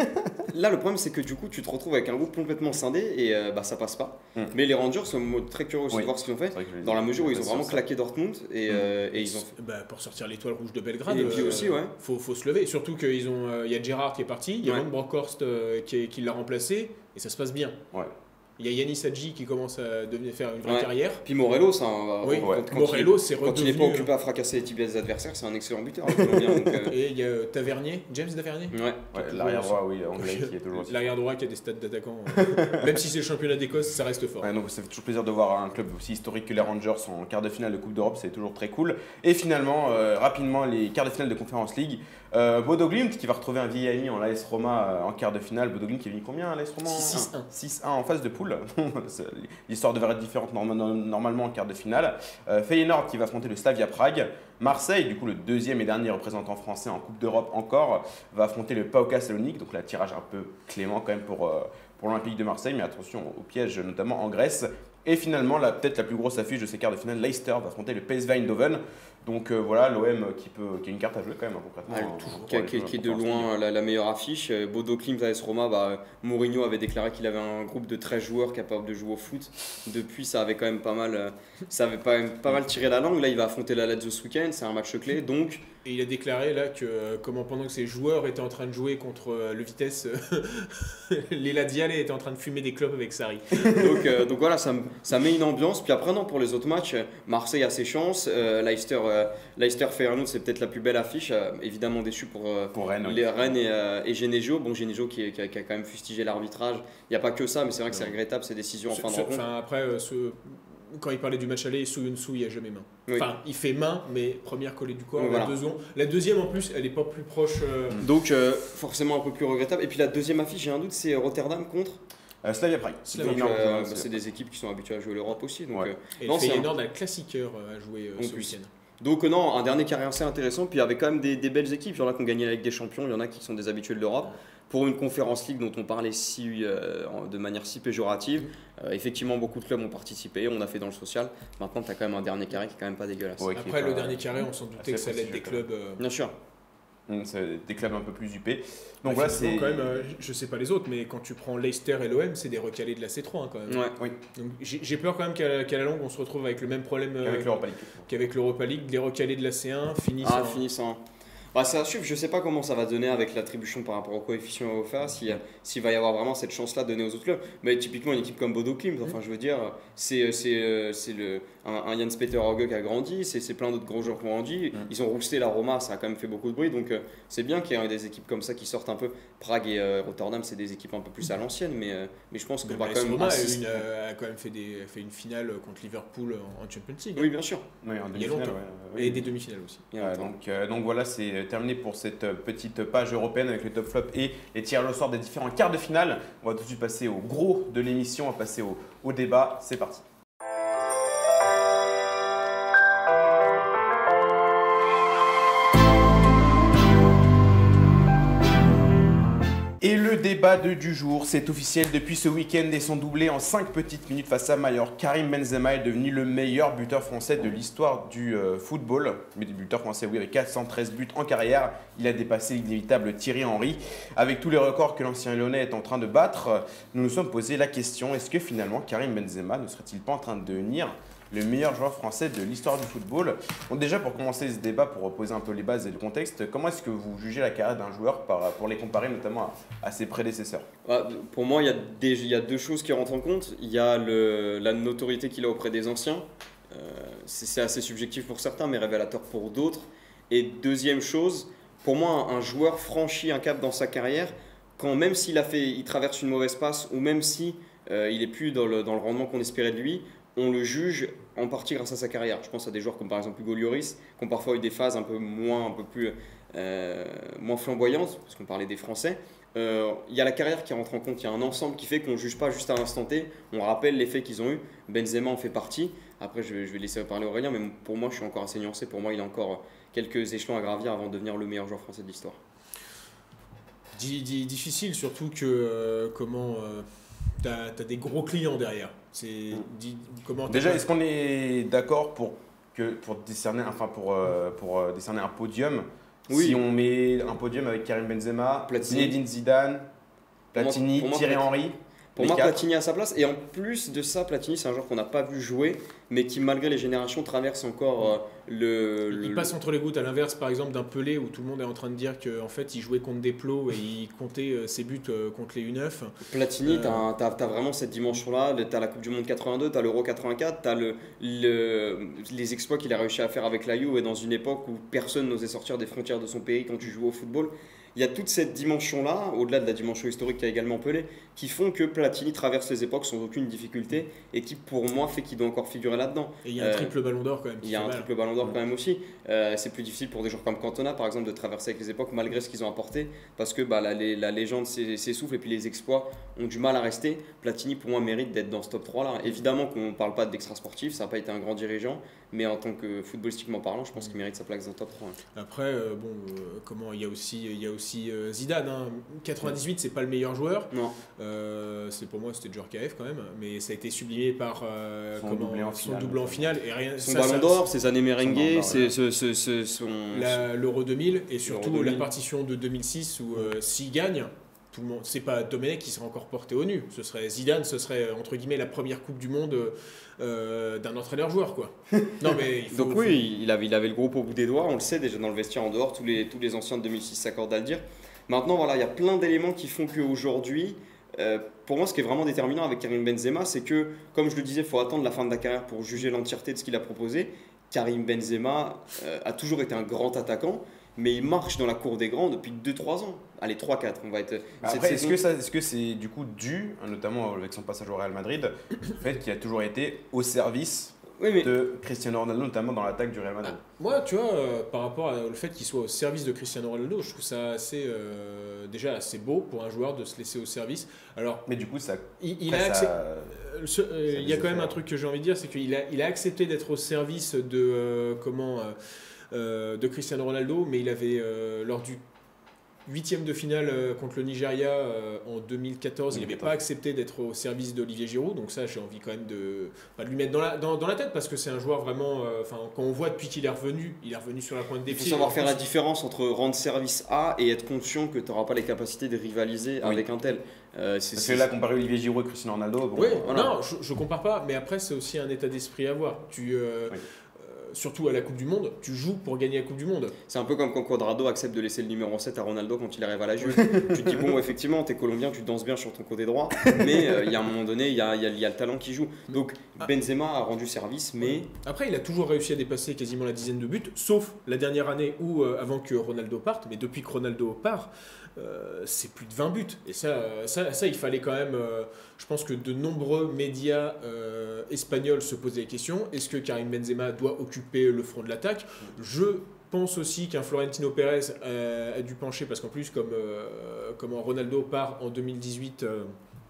là, le problème, c'est que du coup, tu te retrouves avec un groupe complètement scindé et euh, bah, ça passe pas. Mm. Mais les Rangers sont très curieux aussi Oui. de voir ce qu'ils ont fait. C'est vrai que je l'ai Dans dit. la mesure où ils ont C'est vraiment ça. claqué Dortmund et, euh, et ils ont. Bah, pour sortir l'étoile rouge de Belgrade, Et puis aussi, ouais. faut, faut se lever. Surtout qu'il y a Gérard qui est parti, il y a Ouais. Van Bronckhorst euh, qui, est- qui l'a remplacé, et ça se passe bien. Ouais. Il y a Yanis Hadji qui commence à devenir, faire une vraie Ouais. carrière. Puis Morello, ça, on- Oui, quand, quand Morello, c'est il, quand il redevenu... n'est pas occupé à fracasser les tibias des adversaires, c'est un excellent buteur. il peut bien, donc, euh, Et il y a Tavernier, James Tavernier, ouais. Ouais, l'arrière droit, oui, anglais qui est toujours aussi. l'arrière droit qui a des stats d'attaquant. Même si c'est le championnat d'Écosse, ça reste fort. Ouais, donc ça fait toujours plaisir de voir un club aussi historique que les Rangers en quart de finale de Coupe d'Europe, c'est toujours très cool. Et finalement, euh, rapidement, les quarts de finale de Conference League. Euh, Bodo Glimt qui va retrouver un vieil ami en l'A S Roma euh, en quart de finale. Bodo Glimt qui est venu combien à l'A S Roma six un. six un en phase de poule. C'est- L'histoire devrait être différente norma- normalement en quart de finale. Euh, Feyenoord qui va affronter le Slavia Prague. Marseille, du coup le deuxième et dernier représentant français en Coupe d'Europe encore, va affronter le P A O K Salonique. Donc là, tirage un peu clément quand même pour, euh, pour l'Olympique de Marseille, mais attention au piège notamment en Grèce. Et finalement, la- peut-être la plus grosse affiche de ces quarts de finale, Leicester va affronter le P S V Eindhoven. Donc euh, voilà, l'O M qui, peut, qui a une carte à jouer quand même, hein, concrètement. Ouais, en- tout- pour qui, aller qui- jouer qui est en de Conference loin League. la, la meilleure affiche. Euh, Bodo Klimt A S Roma, bah, Mourinho avait déclaré qu'il avait un groupe de treize joueurs capables de jouer au foot. Depuis, ça avait quand même pas mal, euh, ça avait pas, pas mal tiré la langue. Là, il va affronter la Lazio ce week-end, c'est un match clé. Donc, Et il a déclaré là que euh, comment pendant que ses joueurs étaient en train de jouer contre euh, le Vitesse, euh, les Ladiale étaient en train de fumer des clopes avec Sarri. donc, euh, donc voilà, ça, me- ça met une ambiance. Puis après, non, pour les autres matchs, euh, Marseille a ses chances. Euh, Leicester, euh, Leicester Feyenoord, c'est peut-être la plus belle affiche. Euh, évidemment déçu pour, euh, Pour Rennes, oui. les Rennes et, euh, et Genesio. Bon, Genesio qui, qui a, qui a quand même fustigé l'arbitrage. Il n'y a pas que ça, mais c'est vrai que c'est Non. regrettable ces décisions en Ce- fin de ce- rencontre. Enfin, après, euh, ce- quand il parlait du match aller, Souyunsu, il n'y a jamais main. Oui. Enfin, il fait main, mais première collée du corps. Oui, la, voilà. deuxième, la deuxième, en plus, elle n'est pas plus proche. euh, Donc euh, forcément un peu plus regrettable. Et puis la deuxième affiche, j'ai un doute, c'est Rotterdam contre. Euh, Slavia Prague. Slavia Donc, Énorme, euh, hein, bah, c'est des équipes qui sont habituées à jouer l'Europe aussi. Donc, Ouais. euh, Et Non, le c'est un- Feyenoord a le classiqueur euh, à jouer euh, En ce plus. week-end. donc euh, non, un dernier carré assez intéressant. Puis avec quand même des, des belles équipes. Il y en a qui ont gagné la Ligue des Champions, il y en a qui sont des habitués de l'Europe. Pour une conférence League dont on parlait si, euh, en- de manière si péjorative, euh, effectivement beaucoup de clubs ont participé, on a fait dans le social. Maintenant, tu as quand même un dernier carré qui est quand même pas dégueulasse. Ouais, qui est Après, pas- le dernier carré, on s'en doutait assez que ça allait être des prestigieux, clubs. euh, Bien sûr. Mmh, c'est des clubs un peu plus huppés. Donc Mais voilà, finalement, c'est. quand même, euh, je sais pas les autres, mais quand tu prends Leicester et l'O M, c'est des recalés de la C trois hein, quand même. Ouais. Oui, Donc j'ai j'ai peur quand même qu'à qu'à la longue, on se retrouve avec le même problème euh, avec l'Europa League. qu'avec l'Europa League. Les recalés de la C un finissent Ah, en- finissant. Bah, c'est à suivre. Je sais pas comment ça va donner avec l'attribution par rapport au coefficient O F A, s'il s'il va y avoir vraiment cette chance-là donnée aux autres clubs. Mais typiquement, une équipe comme Bodo Klimt, enfin, je veux dire, c'est c'est c'est le un, un Jens Peter Hauge qui a grandi, c'est c'est plein d'autres gros joueurs qui ont grandi. Mm. Ils ont rousté la Roma, ça a quand même fait beaucoup de bruit. Donc euh, c'est bien qu'il y ait des équipes comme ça qui sortent un peu. Prague et euh, Rotterdam, c'est des équipes un peu plus à l'ancienne, mais euh, mais je pense qu'on Même va la quand S même Roma a, assister- une, euh, a quand même fait, des, fait une finale contre Liverpool en en Champions League. Oui, bien sûr. Oui, en Il y a demi-finale, longtemps. ouais, ouais, Et oui. des demi-finales aussi. Il y a Ouais, longtemps. donc, euh, donc voilà, c'est terminé pour cette euh, petite page européenne avec les top flops et les tirs au sort des différents quarts de finale. On va tout de suite passer au gros de l'émission, on va passer au, au débat. C'est parti. Et le débat de, du jour, c'est officiel depuis ce week-end et son doublé en cinq petites minutes face à Mallorca. Karim Benzema est devenu le meilleur buteur français de l'histoire du euh, football. Mais du buteur français, oui, avec quatre cent treize buts en carrière. Il a dépassé l'inévitable Thierry Henry. Avec tous les records que l'ancien Lyonnais est en train de battre, nous nous sommes posé la question, est-ce que finalement Karim Benzema ne serait-il pas en train de devenir le meilleur joueur français de l'histoire du football? Bon, déjà, pour commencer ce débat, pour reposer un peu les bases et le contexte, comment est-ce que vous jugez la carrière d'un joueur par, pour les comparer notamment à, à ses prédécesseurs? Ah, pour moi, il y, a des, il y a deux choses qui rentrent en compte. Il y a le, la notoriété qu'il a auprès des anciens. Euh, c'est c'est assez subjectif pour certains, mais révélateur pour d'autres. Et deuxième chose, pour moi, un, un joueur franchit un cap dans sa carrière quand même s'il a fait, il traverse une mauvaise passe ou même si euh, il est plus dans le, dans le rendement qu'on espérait de lui, on le juge en partie grâce à sa carrière. Je pense à des joueurs comme par exemple Hugo Lloris, qui ont parfois eu des phases un peu moins, un peu plus, euh, moins flamboyantes, parce qu'on parlait des Français. Euh, il y a la carrière qui rentre en compte, il y a un ensemble qui fait qu'on ne juge pas juste à l'instant T, on rappelle les faits qu'ils ont eus. Benzema en fait partie. Après, je vais, je vais laisser parler Aurélien, mais pour moi, je suis encore assez nuancé. Pour moi, il a encore quelques échelons à gravir avant de devenir le meilleur joueur français de l'histoire. Di- di- difficile, surtout que euh, comment euh, t'as as des gros clients derrière. C'est di- comment t'as- Déjà, est-ce qu'on est d'accord pour, que, pour, décerner, enfin pour, euh, pour euh, décerner un podium? Oui. Si on met un podium avec Karim Benzema, Platini. Zinedine Zidane, Pour moi- Platini, pour moi, Thierry Platini. Henry. Pour les moi, quatre. Platini a sa place. Et en plus de ça, Platini, c'est un joueur qu'on n'a pas vu jouer, mais qui, malgré les générations, traverse encore euh, le, Il le- passe entre les gouttes, à l'inverse par exemple d'un Pelé où tout le monde est en train de dire qu'en fait il jouait contre des plots et il comptait euh, ses buts euh, contre les U neuf. Platini, Euh, t'as un- t'as t'as vraiment cette dimension-là. T'as la Coupe du Monde quatre-vingt-deux, t'as l'Euro quatre-vingt-quatre, t'as le, le, les exploits qu'il a réussi à faire avec la Juve et dans une époque où personne n'osait sortir des frontières de son pays quand tu jouais au football. Il y a toute cette dimension-là, au-delà de la dimension historique qu'a également Pelé, qui font que Platini traverse les époques sans aucune difficulté et qui, pour moi, fait qu'il doit encore figurer là-dedans. Et il y a un Euh, triple ballon d'or quand même. qui Il y a fait un mal. triple ballon d'or quand même aussi. Euh, c'est plus difficile pour des joueurs comme Cantona, par exemple, de traverser avec les époques malgré ce qu'ils ont apporté, parce que bah, la, la légende s'ess- s'essouffle et puis les exploits ont du mal à rester. Platini, pour moi, mérite d'être dans ce top trois-là. Évidemment qu'on ne parle pas d'extra sportif, ça n'a pas été un grand dirigeant, mais en tant que footballistiquement parlant, je pense qu'il mérite sa place dans le top trois. Après, euh, bon, euh, comment il y a aussi, il y a aussi euh, Zidane. Hein. quatre-vingt-dix-huit, c'est pas le meilleur joueur. Non, Euh, c'est pour moi c'était Djorkaeff quand même, mais ça a été sublimé par euh, Son comment- doublé en son finale. doublé en finale et rien. son ça, ballon ça- d'or, ses années merengue, ballon d'or, c'est voilà. ce, ce- ce- son. la- l'Euro deux mille et surtout L'Euro deux mille. la partition de deux mille six où euh, s'il gagne, tout le monde, c'est pas Domenech qui sera encore porté au nu. Ce serait Zidane, ce serait entre guillemets la première Coupe du Monde euh, d'un entraîneur-joueur quoi. Non mais il faut, Donc oui, il avait, il avait le groupe au bout des doigts, on le sait déjà dans le vestiaire en dehors, tous les, tous les anciens de deux mille six s'accordent à le dire. Maintenant, voilà, il y a plein d'éléments qui font qu'aujourd'hui, euh, pour moi, ce qui est vraiment déterminant avec Karim Benzema, c'est que, comme je le disais, il faut attendre la fin de la carrière pour juger l'entièreté de ce qu'il a proposé. Karim Benzema euh, a toujours été un grand attaquant, mais il marche dans la cour des grands depuis deux trois ans. Allez, trois quatre, on va être... cette Après, est-ce saison- que, ça, est-ce que c'est du coup dû, notamment avec son passage au Real Madrid, au fait qu'il a toujours été au service Oui, mais... de Cristiano Ronaldo, notamment dans l'attaque du Real Madrid? Moi, tu vois, euh, par rapport à- au fait qu'il soit au service de Cristiano Ronaldo, je trouve ça assez, euh, déjà assez beau pour un joueur de se laisser au service. Alors, Mais du coup, ça. il, il a après, accès- ça- euh, ce- euh, ça il y a les quand même effets, un truc que j'ai envie de dire, c'est qu'il a, il a accepté d'être au service de, euh, comment, euh, euh, de Cristiano Ronaldo, mais il avait, euh, lors du huitième de finale euh, contre le Nigeria euh, en deux mille quatorze, il n'avait pas accepté d'être au service d'Olivier Giroud. Donc ça, j'ai envie quand même de, bah, de lui mettre dans la, dans, dans la tête parce que c'est un joueur vraiment... Euh, quand on voit depuis qu'il est revenu, il est revenu sur la pointe des Il faut pieds. savoir faire la différence entre rendre service à et être conscient que tu n'auras pas les capacités de rivaliser Oui. avec un tel. Euh, c'est, Parce c'est... que là, comparer Olivier Giroud et Cristiano Ronaldo, bon, Oui, voilà. non, je ne compare pas, mais après, c'est aussi un état d'esprit à avoir. Tu, euh, Oui. euh, surtout à la Coupe du Monde, tu joues pour gagner la Coupe du Monde. C'est un peu comme quand Cuadrado accepte de laisser le numéro sept à Ronaldo quand il arrive à la Juve. Tu te dis, bon, effectivement, t'es colombien, tu danses bien sur ton côté droit, mais euh, il y a un moment donné, il y a, y a- y a le talent qui joue. Donc Benzema a rendu service, mais Après, il a toujours réussi à dépasser quasiment la dizaine de buts, sauf la dernière année où, euh, avant que Ronaldo parte, mais depuis que Ronaldo part, euh, c'est plus de vingt buts. Et ça, euh, ça, ça il fallait quand même. euh, je pense que de nombreux médias euh, espagnols se posaient la question est-ce que Karim Benzema doit occuper le front de l'attaque? Je pense aussi qu'un Florentino Pérez euh, a dû pencher, parce qu'en plus, comme, euh, comme Ronaldo part en deux mille dix-huit, euh,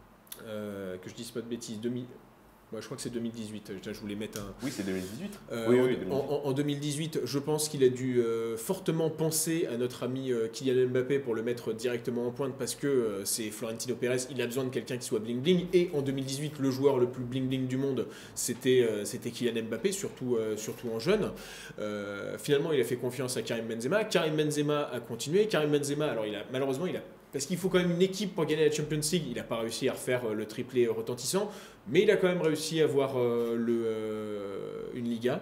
euh, que je dise pas de bêtises, deux mille ouais, je crois que c'est deux mille dix-huit, je voulais mettre un. Oui, c'est deux mille dix-huit. Euh, oui, en, oui, deux mille dix-huit. en- en deux mille dix-huit, je pense qu'il a dû euh, fortement penser à notre ami euh, Kylian Mbappé pour le mettre directement en pointe parce que euh, c'est Florentino Pérez, il a besoin de quelqu'un qui soit bling bling. Et en deux mille dix-huit, le joueur le plus bling bling du monde, c'était euh, c'était Kylian Mbappé, surtout, euh, surtout en jeune. Euh, finalement, il a fait confiance à Karim Benzema. Karim Benzema a continué. Karim Benzema, alors il a, malheureusement, il a parce qu'il faut quand même une équipe pour gagner la Champions League. Il n'a pas réussi à refaire euh, le triplé retentissant, mais il a quand même réussi à avoir euh, le, euh, une Liga.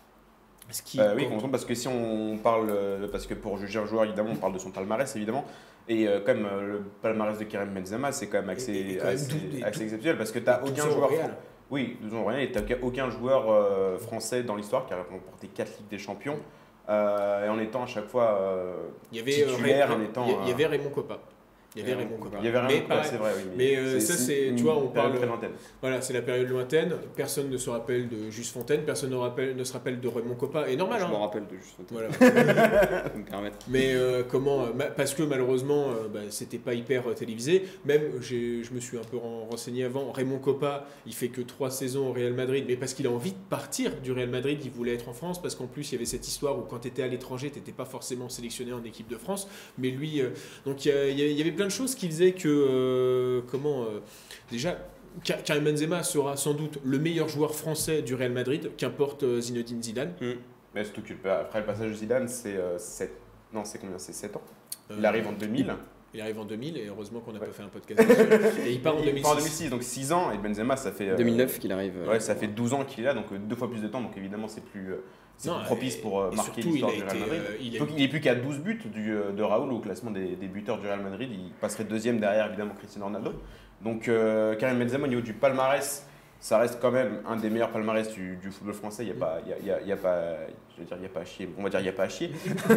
Ce qui, Euh, oui, quand- complètement, parce que si on parle, euh, parce que pour juger un joueur, évidemment, on parle de son palmarès, évidemment. Et euh, comme euh, le palmarès de Karim Benzema, c'est quand même assez, Et- et quand même assez, douze- et assez douze- exceptionnel, parce que tu n'as douze aucun ans au joueur. Real. fran- Oui, douze ans au Real, et tu n'as aucun joueur euh, français dans l'histoire qui a remporté quatre Ligues des Champions, euh, et en étant à chaque fois euh, Il y avait, euh, titulaire, Ray- en étant. il y a- il y euh, avait Raymond Coppa. Il y avait Euh, Raymond Coppa. Il y avait rien Mais de quoi, pareil, c'est vrai, oui. mais, euh, ça, c'est- tu vois, on une parle- période très lointaine. Voilà, c'est la période lointaine. Personne ne se rappelle de Juste Fontaine, personne ne, rappelle, ne se rappelle de Raymond Coppa. Et normal, je hein. me rappelle de juste Voilà. pour me permettre. Mais euh, comment euh, ma- parce que malheureusement, euh, bah, c'était pas hyper euh, télévisé. Même, j'ai- je me suis un peu ren- renseigné avant. Raymond Coppa, il fait que trois saisons au Real Madrid, mais parce qu'il a envie de partir du Real Madrid. Il voulait être en France parce qu'en plus, il y avait cette histoire où quand tu étais à l'étranger, tu n'étais pas forcément sélectionné en équipe de France. Mais lui, euh, donc il y, a- il y a- il y avait plein de choses qui faisaient que euh, comment euh, déjà. Ka- Karim Benzema sera sans doute le meilleur joueur français du Real Madrid, qu'importe euh, Zinedine Zidane. Mais surtout que le- après le passage de Zidane, c'est euh, sept non, c'est combien? C'est sept ans. Il Euh, arrive en deux mille. Il arrive en deux mille et heureusement qu'on n'a Ouais. pas fait un podcast dessus. Et il part en Il deux mille part en six. deux mille six, donc six ans, et Benzema, ça fait. euh, deux mille neuf qu'il arrive. euh, Ouais, ça fait douze ans qu'il est là, donc euh, deux fois plus de temps, donc évidemment c'est plus, euh, c'est Non, plus propice et- pour euh, et marquer surtout, l'histoire il a du Real été, Madrid. euh, il a Donc eu- il n'est plus qu'à douze buts du, euh, de Raoul au classement des, des buteurs du Real Madrid, il passerait deuxième derrière évidemment Cristiano Ronaldo. Donc euh, Karim Benzema au niveau du palmarès, ça reste quand même un des meilleurs palmarès du, du football français, il n'y a, pas- il y a, il y a- il y a pas, je veux dire, il y a pas à chier, on va dire il n'y a pas à chier.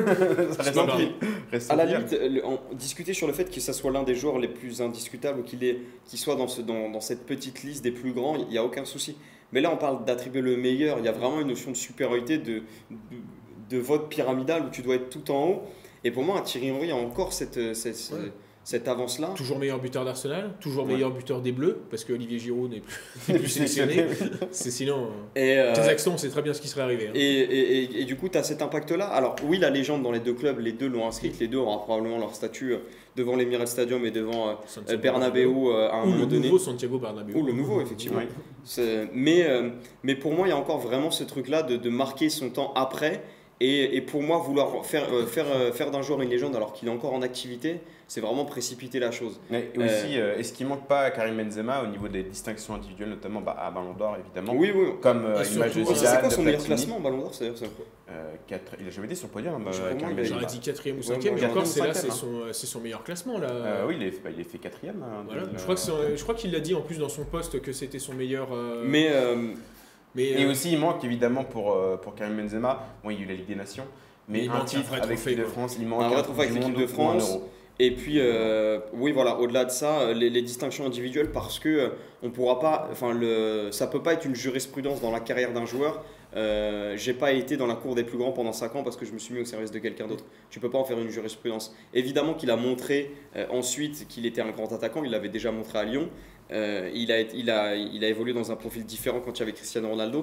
ça reste Non, un mais prix. Reste À la bien. limite, le- on- discuter sur le fait que ça soit l'un des joueurs les plus indiscutables ou qu'il est- qu'il soit dans, ce, dans, dans cette petite liste des plus grands, il n'y a aucun souci. Mais là, on parle d'attribuer le meilleur. Il y a vraiment une notion de supériorité, de, de, de vote pyramidal où tu dois être tout en haut. Et pour moi, Thierry Henry a encore cette, cette, Ouais. cette avance-là. Toujours meilleur buteur d'Arsenal, toujours Ouais. meilleur buteur des Bleus, parce que Olivier Giroud n'est plus, n'est plus sélectionné. C'est sinon, euh, Et, euh, tes accents, on sait très bien ce qui serait arrivé. hein. Et, et- et- et du coup, tu as cet impact-là. Alors, oui, la légende dans les deux clubs, les deux l'ont inscrite. Les deux auront probablement leur statut euh, devant l'Emirates Stadium et devant euh, Santiago Bernabeu euh, à un Ou le moment donné. nouveau Santiago Bernabéu. Ou le nouveau, effectivement. Oui. C'est- Mais, euh, mais pour moi, il y a encore vraiment ce truc-là de, de marquer son temps après. Et, et pour moi, vouloir faire, euh, faire, euh, faire d'un joueur une légende alors qu'il est encore en activité, c'est vraiment précipiter la chose. Mais aussi, euh, est-ce qu'il manque pas à Karim Benzema au niveau des distinctions individuelles, notamment bah, à Ballon d'Or évidemment, Oui, oui. comme euh, Et l'image de surtout, C'est Zidane, quoi son de meilleur Platini. classement en Ballon d'Or c'est- c'est- Euh, quatre- Il a jamais été sur le podium, euh, Je- Karim moi, il a- Benzema. J'aurais dit quatrième ou Ouais, cinquième, moi, mais encore, quatrième c'est ou là, c'est cinquième, son, c'est son meilleur classement. Là. Euh, oui, il, est, bah, il est fait quatrième. hein, Voilà. de- Je crois que c'est- je crois qu'il l'a dit en plus dans son poste que c'était son meilleur. euh, Mais euh, mais, Et euh, aussi, il manque évidemment pour, euh, pour Karim Benzema, bon, il y a eu la Ligue des Nations, mais, Mais il un manque un titre vrai avec trophée, l'équipe de quoi. France, il manque Un vrai un trophée avec Coupe du l'équipe de Monde ou un France. Euro. Et puis, euh, oui, voilà, au-delà de ça, euh, les, les distinctions individuelles, parce que euh, on pourra pas, enfin, le, ça peut pas être une jurisprudence dans la carrière d'un joueur. Euh, j'ai pas été dans la cour des plus grands pendant cinq ans parce que je me suis mis au service de quelqu'un d'autre. Tu peux pas en faire une jurisprudence. Évidemment qu'il a montré euh, ensuite qu'il était un grand attaquant, il l'avait déjà montré à Lyon. Euh, il, a, il, a, il a évolué dans un profil différent quand il y avait Cristiano Ronaldo.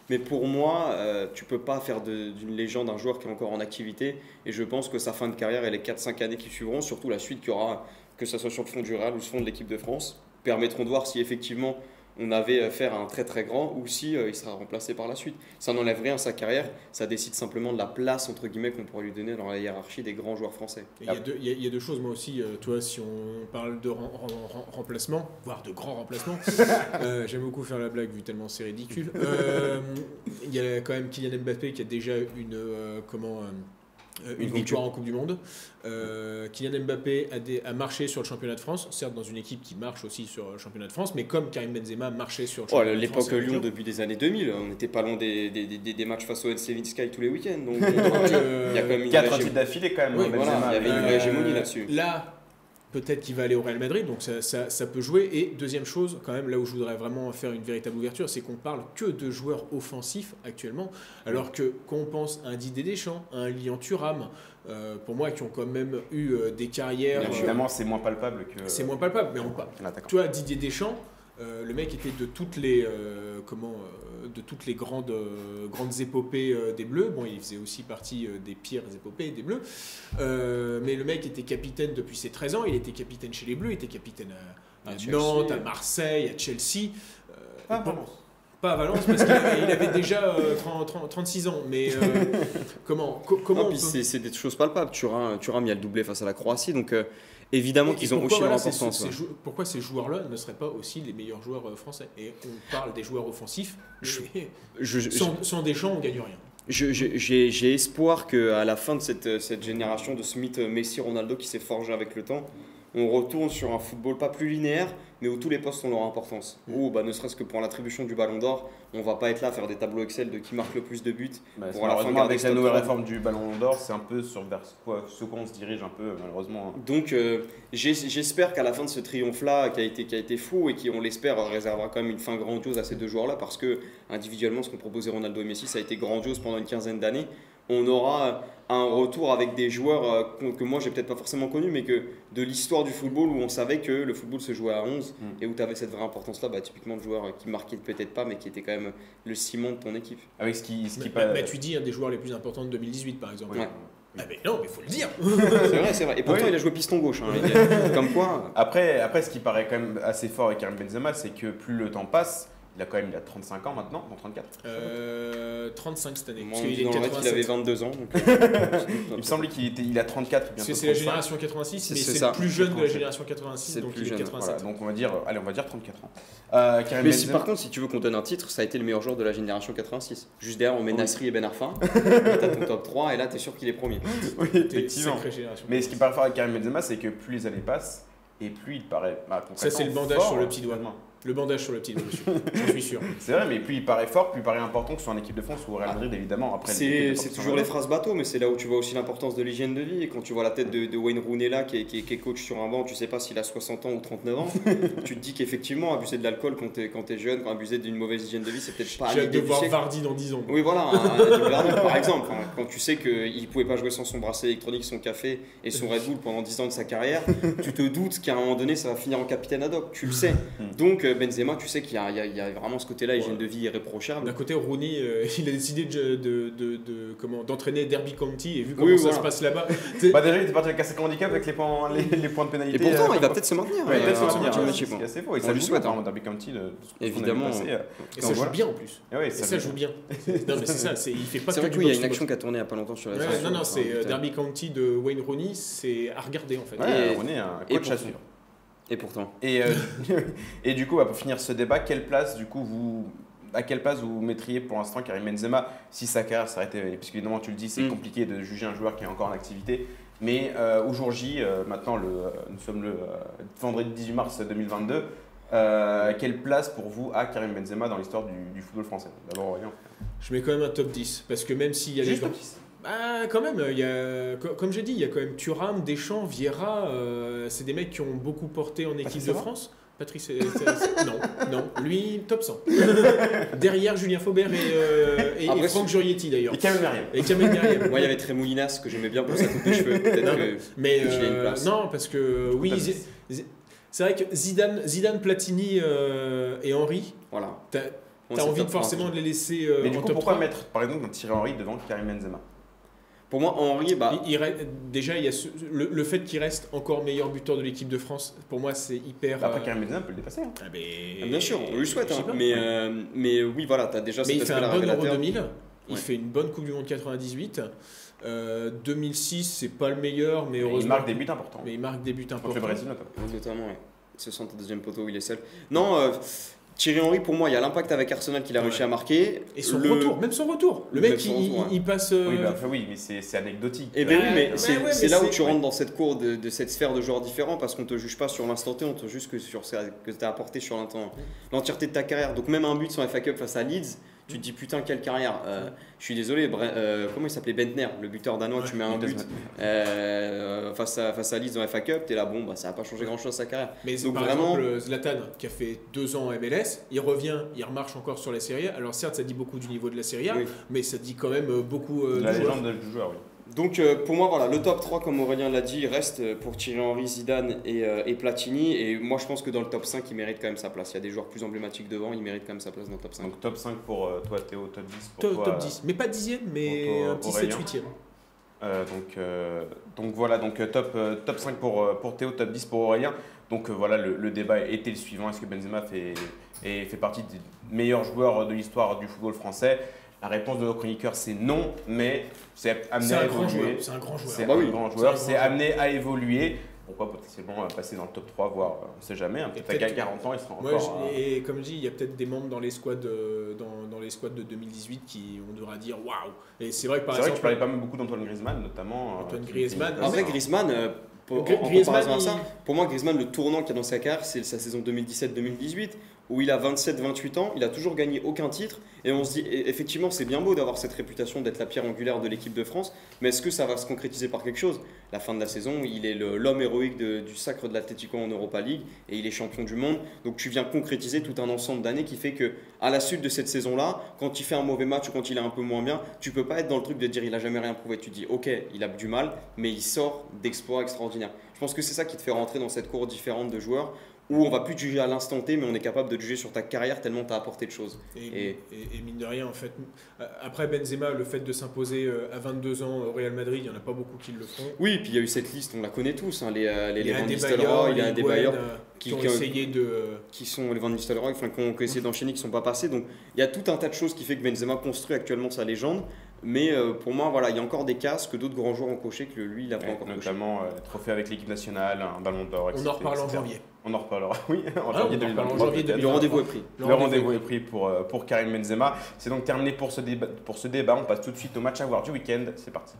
Mais pour moi, euh, tu peux pas faire de- d'une légende un joueur qui est encore en activité. Et je pense que sa fin de carrière et les quatre cinq années qui suivront, surtout la suite qu'il y aura, que ce soit sur le fond du Real ou sur le fond de l'équipe de France, permettront de voir si effectivement on avait affaire à un très très grand ou si euh, il sera remplacé par la suite. Ça n'enlève rien à sa carrière, ça décide simplement de la place entre guillemets qu'on pourrait lui donner dans la hiérarchie des grands joueurs français. Il y, a deux- il y a- il y a deux choses, moi aussi, euh, toi, si on parle de rem- rem- rem- remplacement, voire de grands remplacements, euh, j'aime beaucoup faire la blague vu tellement c'est ridicule. Euh, Il y a quand même Kylian Mbappé qui a déjà une, euh, comment, euh, une, Une victoire en Coupe du Monde. Euh, Kylian Mbappé a, des- a marché sur le championnat de France, certes dans une équipe qui marche aussi sur le championnat de France, mais comme Karim Benzema marchait sur le Oh, championnat de l'époque France. avec Lyon Lyon. début des années deux mille, on n'était pas loin des, des, des, des matchs face au N C Sky tous les week-ends. Donc, Donc, euh, il y a quand même une Quatre vraie titres d'affilée quand même. Oui, hein, voilà, Benzema, il y avait une mais, vraie euh, hégémonie là-dessus. Là, peut-être qu'il va aller au Real Madrid, donc ça, ça, ça peut jouer. Et deuxième chose, quand même, là où je voudrais vraiment faire une véritable ouverture, c'est qu'on parle que de joueurs offensifs actuellement, alors que quand on pense à un Didier Deschamps, à un Lilian Thuram, euh, pour moi, qui ont quand même eu euh, des carrières... Bien euh, évidemment, c'est moins palpable que. c'est moins palpable, mais on parle. l'attaquant. Tu vois, Didier Deschamps, euh, le mec était de toutes les, euh, comment, euh, de toutes les grandes, euh, grandes épopées euh, des Bleus. Bon, il faisait aussi partie euh, des pires épopées des Bleus. Euh, mais le mec était capitaine depuis ses treize ans. Il était capitaine chez les Bleus, il était capitaine à, à À Chelsea. Nantes, à Marseille, à Chelsea. Euh, Ah, bon, pardon. pas à Valence, parce qu'il avait, il avait déjà euh, trente, trente, trente-six ans. Mais euh, comment, co- comment Non, on puis peut- c'est c'est des choses palpables. Thuram, Thuram, il y a le doublé face à la Croatie, donc euh, évidemment Et qu'ils ont pourquoi, aussi leur voilà, ces- importance. ces ouais. jou- pourquoi ces joueurs-là ne seraient pas aussi les meilleurs joueurs euh, français? Et on parle des joueurs offensifs, mais Je- je- sans, sans Deschamps, on gagne rien. Je- je- J'ai j'ai espoir qu'à la fin de cette, cette génération de Smith, Messi, Ronaldo qui s'est forgé avec le temps, on retourne sur un football pas plus linéaire, mais où tous les postes ont leur importance. Mm. Où, bah, ne serait-ce que pour l'attribution du Ballon d'Or, on va pas être là à faire des tableaux Excel de qui marque le plus de buts. Bah, Pour à la fin malheureusement, garder avec la ce top nouvelle trois. réforme du Ballon d'Or, c'est un peu sur vers quoi, ce qu'on se dirige un peu, malheureusement. Donc euh, j'ai- j'espère qu'à la fin de ce triomphe-là, qui a été, qui a été fou et qui, on l'espère, réservera quand même une fin grandiose à ces deux joueurs-là, parce que individuellement, ce qu'ont proposé Ronaldo et Messi, ça a été grandiose pendant une quinzaine d'années. On aura un retour avec des joueurs euh, qu'on- que moi j'ai peut-être pas forcément connus, mais que de l'histoire du football où on savait que le football se jouait à onze Mm. et où tu avais cette vraie importance-là, bah, typiquement de joueurs qui marquaient peut-être pas, mais qui étaient quand même le ciment de ton équipe. Avec ce qui, ce qui Bah, pas- bah, tu dis un des joueurs les plus importants de deux mille dix-huit, par exemple. Oui. Ouais. Ah, mais non, mais faut le dire. C'est vrai, c'est vrai. Et pourtant, Oui. il a joué piston gauche. Hein, il est- comme quoi. Après, après, ce qui paraît quand même assez fort avec Karim Benzema, c'est que plus le temps passe, il a quand même il a trente-cinq ans maintenant, non trente-quatre. Euh, trente-cinq cette année. Moi, Parce on qu'il dit est dans le net qu'il avait quatre-vingt-sept. vingt-deux ans. donc, euh, Il me semblait qu'il était, il a trente-quatre ou Parce bientôt que c'est la trente-cinq. génération quatre-vingt-six, C'est- mais c'est c'est ça. le plus jeune de la trente-sept. génération quatre-vingt-six, C'est le donc plus il est jeune, quatre-vingt-sept. Voilà, donc on va dire, allez, on va dire trente-quatre ans. Euh, Karim Mais si Benzema- par contre, si tu veux qu'on donne un titre, ça a été le meilleur joueur de la génération quatre-vingt-six. Juste derrière, on met Oui. Nasri et Ben Arfa. T'as ton top trois et là, t'es sûr qu'il est premier. oui, T'es effectivement. sacrée génération. Mais ce qui paraît fort avec Karim Benzema, c'est que plus les années passent, et plus il paraît. Bah, Ça, c'est le concrètement bandage fort, sur le petit doigt. finalement. Le bandage sur le petit doigt dessus, j'en suis sûr. C'est vrai, mais plus il paraît fort, plus il paraît important que ce soit en équipe de France ou au Real Madrid, évidemment. Après, C'est l'équipe de c'est France, toujours les phrases bateau, mais c'est là où tu vois aussi l'importance de l'hygiène de vie. Et quand tu vois la tête de, de Wayne Rooney là, qui est, qui, est, qui est coach sur un banc, tu sais pas s'il a soixante ans ou trente-neuf ans, tu te dis qu'effectivement, abuser de l'alcool quand t'es quand t'es jeune, quand abuser d'une mauvaise hygiène de vie, c'est peut-être pas J'ai hâte de l'idée du voir siècle. Vardy dans dix ans. Oui, voilà, un, un Jimmy Lardner, par exemple. Hein, quand tu sais qu'il ne pouvait pas jouer sans son bracelet électronique, son café et son Red Bull pendant dix ans de sa carrière, tu te doutes qu'à un moment donné, ça va finir en capitaine ad hoc. Tu le sais. Donc, euh, Benzema, tu sais qu'il y a, il y a- il y a vraiment ce côté-là, hygiène de vie irréprochable. D'un côté, Rooney, euh, il a décidé de, de, de, de- comment, d'entraîner Derby County et vu comment Oui, ça voilà. se passe là-bas. Bah, déjà, il était parti avec un sacré handicap avec les points, les, les points de pénalité. Et pourtant, euh, il va peut-être se maintenir. Ouais, euh, peut-être en se maintenir, championship, c'est hein. assez faux. Et On ça lui joue souhaite, bien, hein. hein, Derby County, de, de ce qu'on a vu Évidemment. passer, euh. Et Donc, ça joue voilà. bien en plus. Et ouais, Et ça joue bien. Non, mais c'est ça, c'est- il fait pas C'est que vrai du qu'il y a box une to action box. qui a tourné il n'y a pas longtemps sur la Ouais, station. non, non, c'est euh, Putain. Derby County de Wayne Rooney, c'est à regarder en fait. Ouais, Et- on est un et coach à pour- suivre. Et pourtant. Et, euh, et du coup, bah, pour finir ce débat, quelle place, du coup, vous, à quelle place vous mettriez pour l'instant Karim Benzema si sa carrière s'arrêtait? Parce qu'évidemment, tu le dis, c'est Mm. compliqué de juger un joueur qui est encore en activité. Mais euh, au jour J, euh, maintenant, le, euh, nous sommes le euh, vendredi dix-huit mars deux mille vingt-deux. Euh, quelle place pour vous a Karim Benzema dans l'histoire du, du football français? D'abord, Aurélien. Je mets quand même un top dix. Parce que même s'il y a les Juste grands- top dix. Bah, quand même, il y a, co- comme j'ai dit, il y a quand même Thuram, Deschamps, Vieira. euh, c'est des mecs qui ont beaucoup porté en équipe Patrice de Evra France. Patrice, euh, c'est- c'est- non, non, lui top cent. Derrière Julien Faubert et, euh, et, Après, et Franck Jurietti d'ailleurs. Et Kamel Meriem. Et Kamel Meriem. Moi, il y avait Trémoulinas que j'aimais bien pour sa coupe de cheveux. Peut-être Non, que. Mais qu'il ait une euh, place. non, parce que oui, Top Zi- dix. Zi- c'est vrai que Zidane, Zidane Platini euh, et Henry, Voilà. t'as- T'as envie de forcément de les laisser euh, Mais du en coup, top pourquoi trois. mettre par exemple un Thierry Henry devant Karim Benzema? Pour moi, Henry, bah, Il- il reste- déjà, il y a ce- le, le fait qu'il reste encore meilleur buteur de l'équipe de France, pour moi, c'est hyper. Après, euh, Karim Benzema peut le dépasser. Hein. ah, mais- ah, bien sûr, on lui souhaite. je sais hein. pas. Mais, euh, mais oui, voilà, tu as déjà Mais cet il fait un aspect-là bon Euro révélateur. deux mille, il Ouais. fait une bonne Coupe du Monde quatre-vingt-dix-huit. Euh, deux mille six, c'est pas le meilleur, mais Il heureusement. marque des buts importants. Mais il marque des buts Contre importants. le Brésil notamment. Oui, notamment, ouais. Ce soixante-deuxième poteau où il est seul. Non, euh, Thierry Henry, pour moi, il y a l'impact avec Arsenal qu'il a Ouais. réussi à marquer. Et son Le- retour, même son retour. Le Même mec, son il, retour, il- il passe. euh, Oui, bah, enfin, oui, mais c'est c'est anecdotique. Eh bien Ouais, oui, mais ouais, c'est ouais, c'est mais là où c'est- tu ouais. rentres dans cette cour de, de cette sphère de joueurs différents parce qu'on te juge pas sur l'instant T, on te juge que sur ce que tu as apporté sur l'instant- l'entièreté de ta carrière. Donc même un but sans F A Cup face à Leeds, tu te dis putain quelle carrière. Euh, je suis désolé, Bre- euh, comment il s'appelait Bentner, le buteur danois, tu mets un but euh, face, à, face à Leeds dans F A Cup, t'es là, bon, bah, ça n'a pas changé grand chose à sa carrière. Mais Donc par vraiment- exemple, euh, Zlatan, qui a fait deux ans en M L S, il revient, il remarche encore sur la Serie A. Alors certes, ça dit beaucoup du niveau de la Serie A, Oui. mais ça dit quand même euh, beaucoup euh, La du joueur. légende du joueur, oui. Donc euh, pour moi, voilà, le top trois, comme Aurélien l'a dit, reste pour Thierry Henry, Zidane et, euh, et Platini. Et moi, je pense que dans le top cinq, il mérite quand même sa place. Il y a des joueurs plus emblématiques devant, il mérite quand même sa place dans le top cinq. Donc top cinq pour euh, toi, Théo, top dix pour Top, toi. top dix, mais pas dixième, mais pour toi, un petit Aurélien. sept huitième. Euh, donc, euh, donc voilà, donc euh, top, euh, top cinq pour, euh, pour Théo, top dix pour Aurélien. Donc euh, voilà, le, le débat était le suivant. Est-ce que Benzema fait, et fait partie des meilleurs joueurs de l'histoire du football français? La réponse de nos chroniqueurs, c'est non, mais c'est amené C'est à un grand joueur. évoluer. C'est un grand joueur. C'est Bah un oui, grand c'est joueur, un grand c'est joueur. amené à évoluer. Pourquoi potentiellement euh, passer dans le top trois, voire euh, on ne sait jamais. Hein, peut-être peut-être- qu'à quarante ans, il sera Ouais, encore. je- euh, et comme je dis, il y a peut-être des membres dans les squads, euh, dans, dans les squads de deux mille dix-huit qui on devra dire waouh. Et c'est vrai que par C'est vrai que tu exemple, parlais pas mal beaucoup d'Antoine Griezmann, notamment. euh, Antoine qui- Griezmann, qui- En vrai, Ah, Griezmann, euh, pour, Gri- en, en Griezmann, comparaison à ça, il- pour moi, Griezmann, le tournant qu'il y a dans sa carrière, c'est sa saison deux mille dix-sept deux mille dix-huit, où il a vingt-sept vingt-huit ans, il a toujours gagné aucun titre, et on se dit, et effectivement, c'est bien beau d'avoir cette réputation d'être la pierre angulaire de l'équipe de France, mais est-ce que ça va se concrétiser par quelque chose? La fin de la saison, il est le- l'homme héroïque de- du sacre de l'Atlético en Europa League, et il est champion du monde, donc tu viens concrétiser tout un ensemble d'années qui fait que, à la suite de cette saison-là, quand il fait un mauvais match ou quand il est un peu moins bien, tu peux pas être dans le truc de dire il a jamais rien prouvé, tu dis ok, il a du mal, mais il sort d'exploits extraordinaires. Je pense que c'est ça qui te fait rentrer dans cette cour différente de joueurs où on va plus te juger à l'instant T, mais on est capable de te juger sur ta carrière tellement tu as apporté de choses. Et, Et- et- et mine de rien, en fait, euh, après Benzema, le fait de s'imposer euh, à vingt-deux ans au Real Madrid, il n'y en a pas beaucoup qui le font. Oui, puis il y a eu cette liste, on la connaît tous, hein, les, euh, les, Il y les a Van des Nistelrooy, bailleurs, il y a les des Higuaín, bailleurs euh, qui- qui ont qui- essayé de. qui sont les Van Nistelrooy, enfin, qui ont qui ont essayé d'enchaîner, qui ne sont pas passés. Donc il y a tout un tas de choses qui fait que Benzema construit actuellement sa légende. Mais euh, pour moi, voilà, il y a encore des cases que d'autres grands joueurs ont coché que lui, il n'a pas Ouais, encore coché. notamment euh, trophée avec l'équipe nationale, un ballon d'or, On en reparle en et cetera. janvier. On en reparlera, oui, en Ah, on en janvier reparle en deux mille vingt-trois, janvier peut-être. Le rendez-vous est pris. Le rendez-vous est pris pour, euh, pour Karim Benzema. C'est donc terminé pour ce, débat, pour ce débat. On passe tout de suite au match à voir du week-end. C'est parti.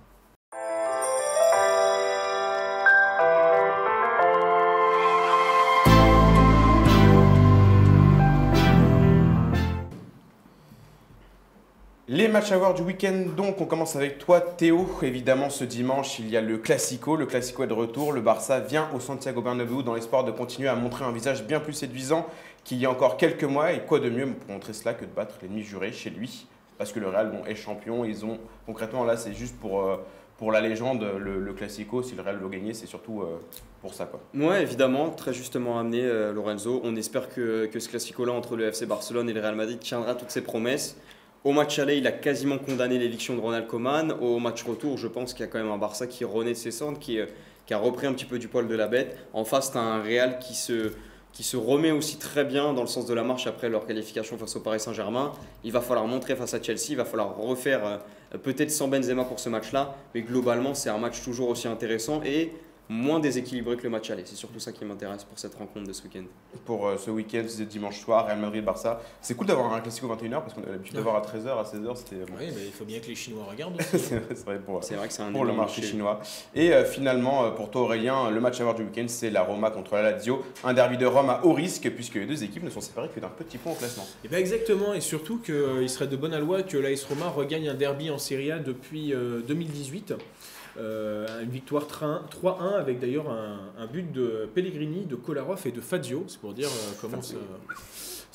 Les matchs à voir du week-end, donc on commence avec toi Théo. Évidemment ce dimanche il y a le Classico, le Classico est de retour. Le Barça vient au Santiago Bernabéu dans l'espoir de continuer à montrer un visage bien plus séduisant qu'il y a encore quelques mois. Et quoi de mieux pour montrer cela que de battre l'ennemi juré chez lui? Parce que le Real bon, est champion, ils ont concrètement là c'est juste pour, euh, pour la légende, le, le Classico, si le Real veut gagner c'est surtout euh, pour ça quoi. Ouais, évidemment, très justement amené euh, Lorenzo. On espère que, que ce Classico-là entre le F C Barcelone et le Real Madrid tiendra toutes ses promesses. Au match aller, il a quasiment condamné l'éviction de Ronald Koeman. Au match retour, je pense qu'il y a quand même un Barça qui renaît de ses cendres, qui, euh, qui a repris un petit peu du poil de la bête. En face, tu as un Real qui se, qui se remet aussi très bien dans le sens de la marche après leur qualification face au Paris Saint-Germain. Il va falloir montrer face à Chelsea, il va falloir refaire euh, peut-être sans Benzema pour ce match-là, mais globalement, c'est un match toujours aussi intéressant et moins déséquilibré que le match aller. C'est surtout ça qui m'intéresse pour cette rencontre de ce week-end. Pour euh, ce week-end, c'est dimanche soir, Real Madrid-Barça. C'est cool d'avoir un Classico vingt et une heures parce qu'on a l'habitude d'avoir à treize heures, à seize heures. C'était bon. Oui, mais il faut bien que les Chinois regardent aussi. c'est vrai, c'est vrai pour, C'est vrai que c'est un pour le énorme marché marché. chinois. Et euh, finalement, euh, pour toi Aurélien, le match à voir du week-end, c'est la Roma contre la Lazio. Un derby de Rome à haut risque puisque les deux équipes ne sont séparées que d'un petit point au classement. Et bien exactement, et surtout qu'il serait de bonne loi que l'A S Roma regagne un derby en Serie A depuis euh, deux mille dix-huit. Euh, une victoire trois un avec d'ailleurs un, un but de Pellegrini, de Kolarov et de Fazio. C'est pour dire euh, comment ça,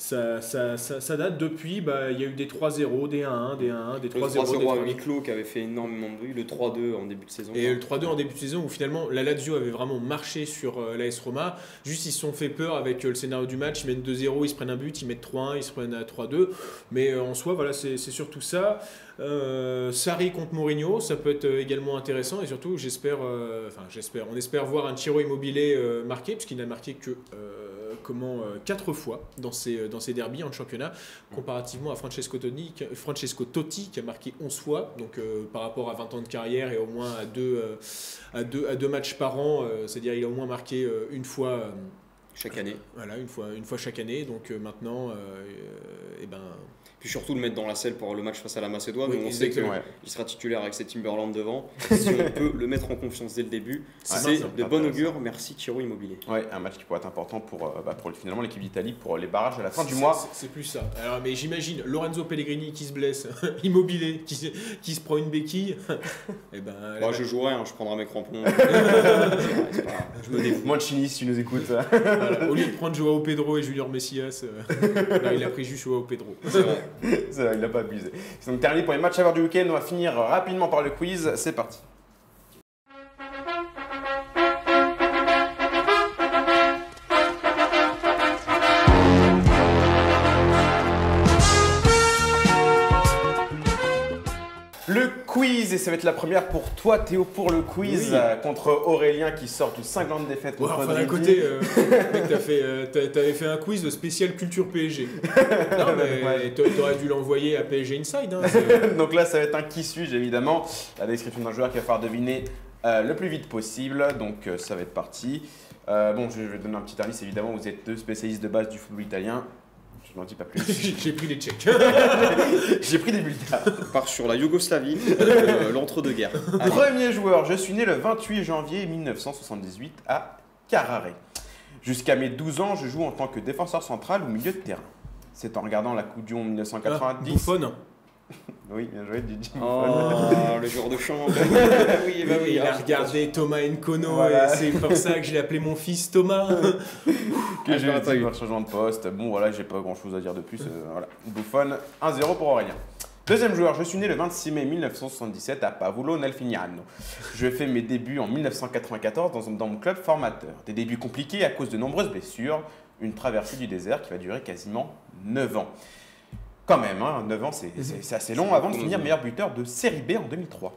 Ça, ça, ça, ça date depuis, bah, il y a eu des trois zéro, des un un, des un un, des Le trois zéro. trois des zéro à trois- huis clos qui avait fait énormément de bruit, le trois deux en début de saison. Et le trois deux en début de saison où finalement la Lazio avait vraiment marché sur euh, l'A S Roma. Juste ils se sont fait peur avec euh, le scénario du match, ils mènent deux zéro, ils se prennent un but, ils mettent trois un, ils se prennent à trois deux. Mais euh, en soi, voilà, c'est c'est surtout ça. Euh, Sarri contre Mourinho, ça peut être euh, également intéressant et surtout j'espère, euh, enfin j'espère, on espère voir un Ciro Immobile euh, marqué puisqu'il n'a marqué que euh, comment euh, quatre fois dans ses dans ses derbies en championnat, comparativement à Francesco Totti, qui- Francesco Totti qui a marqué onze fois. Donc euh, par rapport à vingt ans de carrière et au moins à deux euh, à deux à deux matchs par an, euh, c'est-à-dire il a au moins marqué euh, une fois. euh, Chaque année. voilà, une fois, une fois chaque année. Donc euh, maintenant, euh, euh, eh ben, Puis surtout le mettre dans la selle pour le match face à la Macédoine, Oui, où on sait qu'il exactement. Ouais. sera titulaire avec ses Timberland devant. Si on peut le mettre en confiance dès le début, C'est c'est ça, de c'est bon intéressant. augure. Merci Ciro Immobilier. Ouais, un match qui pourrait être important pour, euh, bah, pour le- finalement l'équipe d'Italie pour les barrages à la fin du c'est- mois. c'est- C'est plus ça. Alors, mais j'imagine Lorenzo Pellegrini qui se blesse, Immobilier qui, se- qui se prend une béquille. Et ben, Moi, je jouerai, hein, je prendrai mes crampons. C'est vrai, c'est pas grave, je me défous. Mancini, si tu nous écoutes. voilà, au lieu de prendre Joao Pedro et Junior Messias, euh, là, il a pris juste Joao Pedro. C'est vrai. C'est vrai, il n'a pas abusé. C'est donc terminé pour les matchs à voir du week-end. On va finir rapidement par le quiz. C'est parti. Le quiz, et ça va être la première pour toi Théo pour le quiz, Oui. euh, contre Aurélien qui sort d'une cinquante défaites Ouais, contre enfin, d'un Dridi. côté, euh, mec, t'as fait, euh, t'as- t'avais fait un quiz de spécial culture P S G. Non, mais Ouais. t'a- t'aurais dû l'envoyer à P S G Inside. Hein, c'est- Donc là, ça va être un qui suis-je évidemment. La description d'un joueur qu'il va falloir deviner euh, le plus vite possible. Donc euh, ça va être parti. Euh, bon, je vais donner un petit indice évidemment. Vous êtes deux spécialistes de base du football italien. Je n'en dis pas plus. J'ai j'ai pris les tchèques. J'ai pris des bulletins. On part sur la Yougoslavie, euh, l'entre-deux-guerres. Allez. Premier joueur, je suis né le vingt-huit janvier mille neuf cent soixante-dix-huit à Carrare. Jusqu'à mes douze ans, je joue en tant que défenseur central ou milieu de terrain. C'est en regardant la Coupe du Monde mille neuf cent quatre-vingt-dix. Buffon. Oui, bien joué, Gigi. Oh, le joueur de champ. oui, bah oui. il a hein, regardé Thomas Nkono Voilà. et c'est pour ça que je l'ai appelé mon fils Thomas. Que Ah, j'ai j'aurais pas eu eu. par changement de poste. Bon, voilà, j'ai pas grand chose à dire de plus. euh, voilà. Buffon, un zéro pour Aurélien. Deuxième joueur, je suis né le vingt-six mai mille neuf cent soixante-dix-sept à Pavulo Nelfignano. Je fais mes débuts en mille neuf cent quatre-vingt-quatorze dans, dans mon club formateur. Des débuts compliqués à cause de nombreuses blessures. Une traversée du désert qui va durer quasiment neuf ans. Quand même, hein, neuf ans, c'est c'est- c'est assez long avant de finir meilleur buteur de Série B en deux mille trois.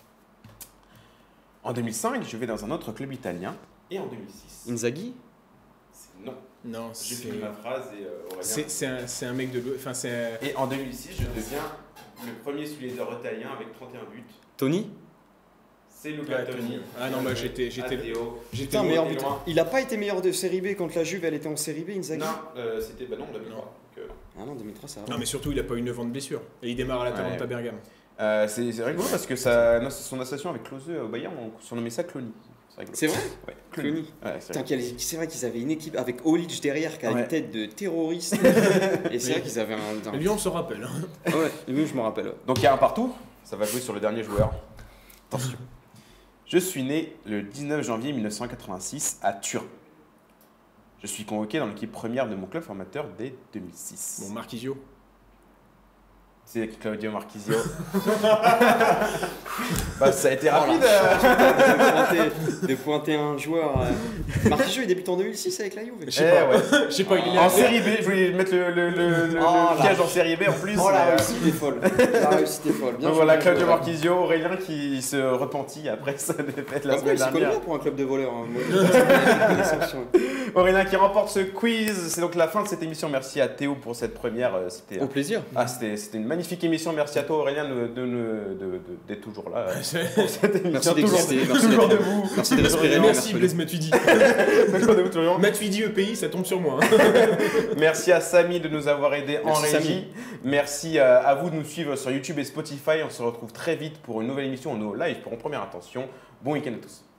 En deux mille cinq, je vais dans un autre club italien. Et en deux mille six. Inzaghi C'est non. Non, J'ai c'est fini ma phrase et euh, Aurélien. c'est- c'est un, c'est un mec de l'O- enfin c'est un- Et en deux mille six, je deviens le premier sous les heures italien avec trente et un buts. Tony C'est Luca Ouais, Toni. Toni. Ah non, bah, j'étais- j'étais- Adeo. j'étais Putain, loin, meilleur t'es buteur. loin. Il a pas été meilleur de série B quand la Juve elle était en série B, Inzaghi. Non, euh, c'était bah non, deux mille trois. Donc, euh, Ah non, deux mille trois ça va. Non mais surtout il a pas eu neuf ans de blessure et il démarre à la Talenta Ouais. Bergame. euh, c'est c'est rigolo parce que ça, son association avec Klose au Bayern, on surnommait ça Clony. C'est rigolo. C'est vrai Ouais, Clooney. Ouais, c'est Putain, rigolo. quel- c'est vrai qu'ils avaient une équipe avec Olic derrière qui a Ouais. une tête de terroriste. Et c'est vrai qu'ils avaient un. un- Lui on se rappelle. hein. Ah ouais, lui je me rappelle. Donc il y a un partout. Ça va jouer sur le dernier joueur. Attention. Je suis né le dix-neuf janvier mille neuf cent quatre-vingt-six à Turin. Je suis convoqué dans l'équipe première de mon club formateur dès deux mille six. Bon Marquisio. C'est Claudio Marchisio. Bah, ça a été Oh, la rapide. chance, euh. de, pointer, de pointer un joueur. Euh... Marquisio il débute en deux mille six avec la Juve. Je Eh sais pas. ouais. Je sais pas, il est En série B, je voulais mettre le, le, le, le- Oh le là. piège en série B en plus. Oh la mais, euh, réussite est folle. La réussite est folle. Bien Donc joué, voilà, bien Claudio joué. Marchisio, Aurélien qui se repentit après sa défaite la Comme quoi, semaine il s'y connaît dernière. bien pour un club de voleurs. Hein. Moi, je connaissance sur- Aurélien qui remporte ce quiz. C'est donc la fin de cette émission. Merci à Théo pour cette première. euh, C'était Au plaisir. ah, c'était c'était une magnifique émission. Merci à toi Aurélien de- de- de- de- de- d'être toujours là euh, C'est- pour cette émission. Merci toujours d'exister, merci toujours d'être- debout. Merci de respirer. Merci Blaise Matuidi. Toujours debout, toujours. Matuidi E P I, ça tombe sur moi. hein. Merci à Samy de nous avoir aidés en Merci, régie. Samy. Merci euh, à vous de nous suivre sur YouTube et Spotify. On se retrouve très vite pour une nouvelle émission, nos live pour en première intention. Bon week-end à tous.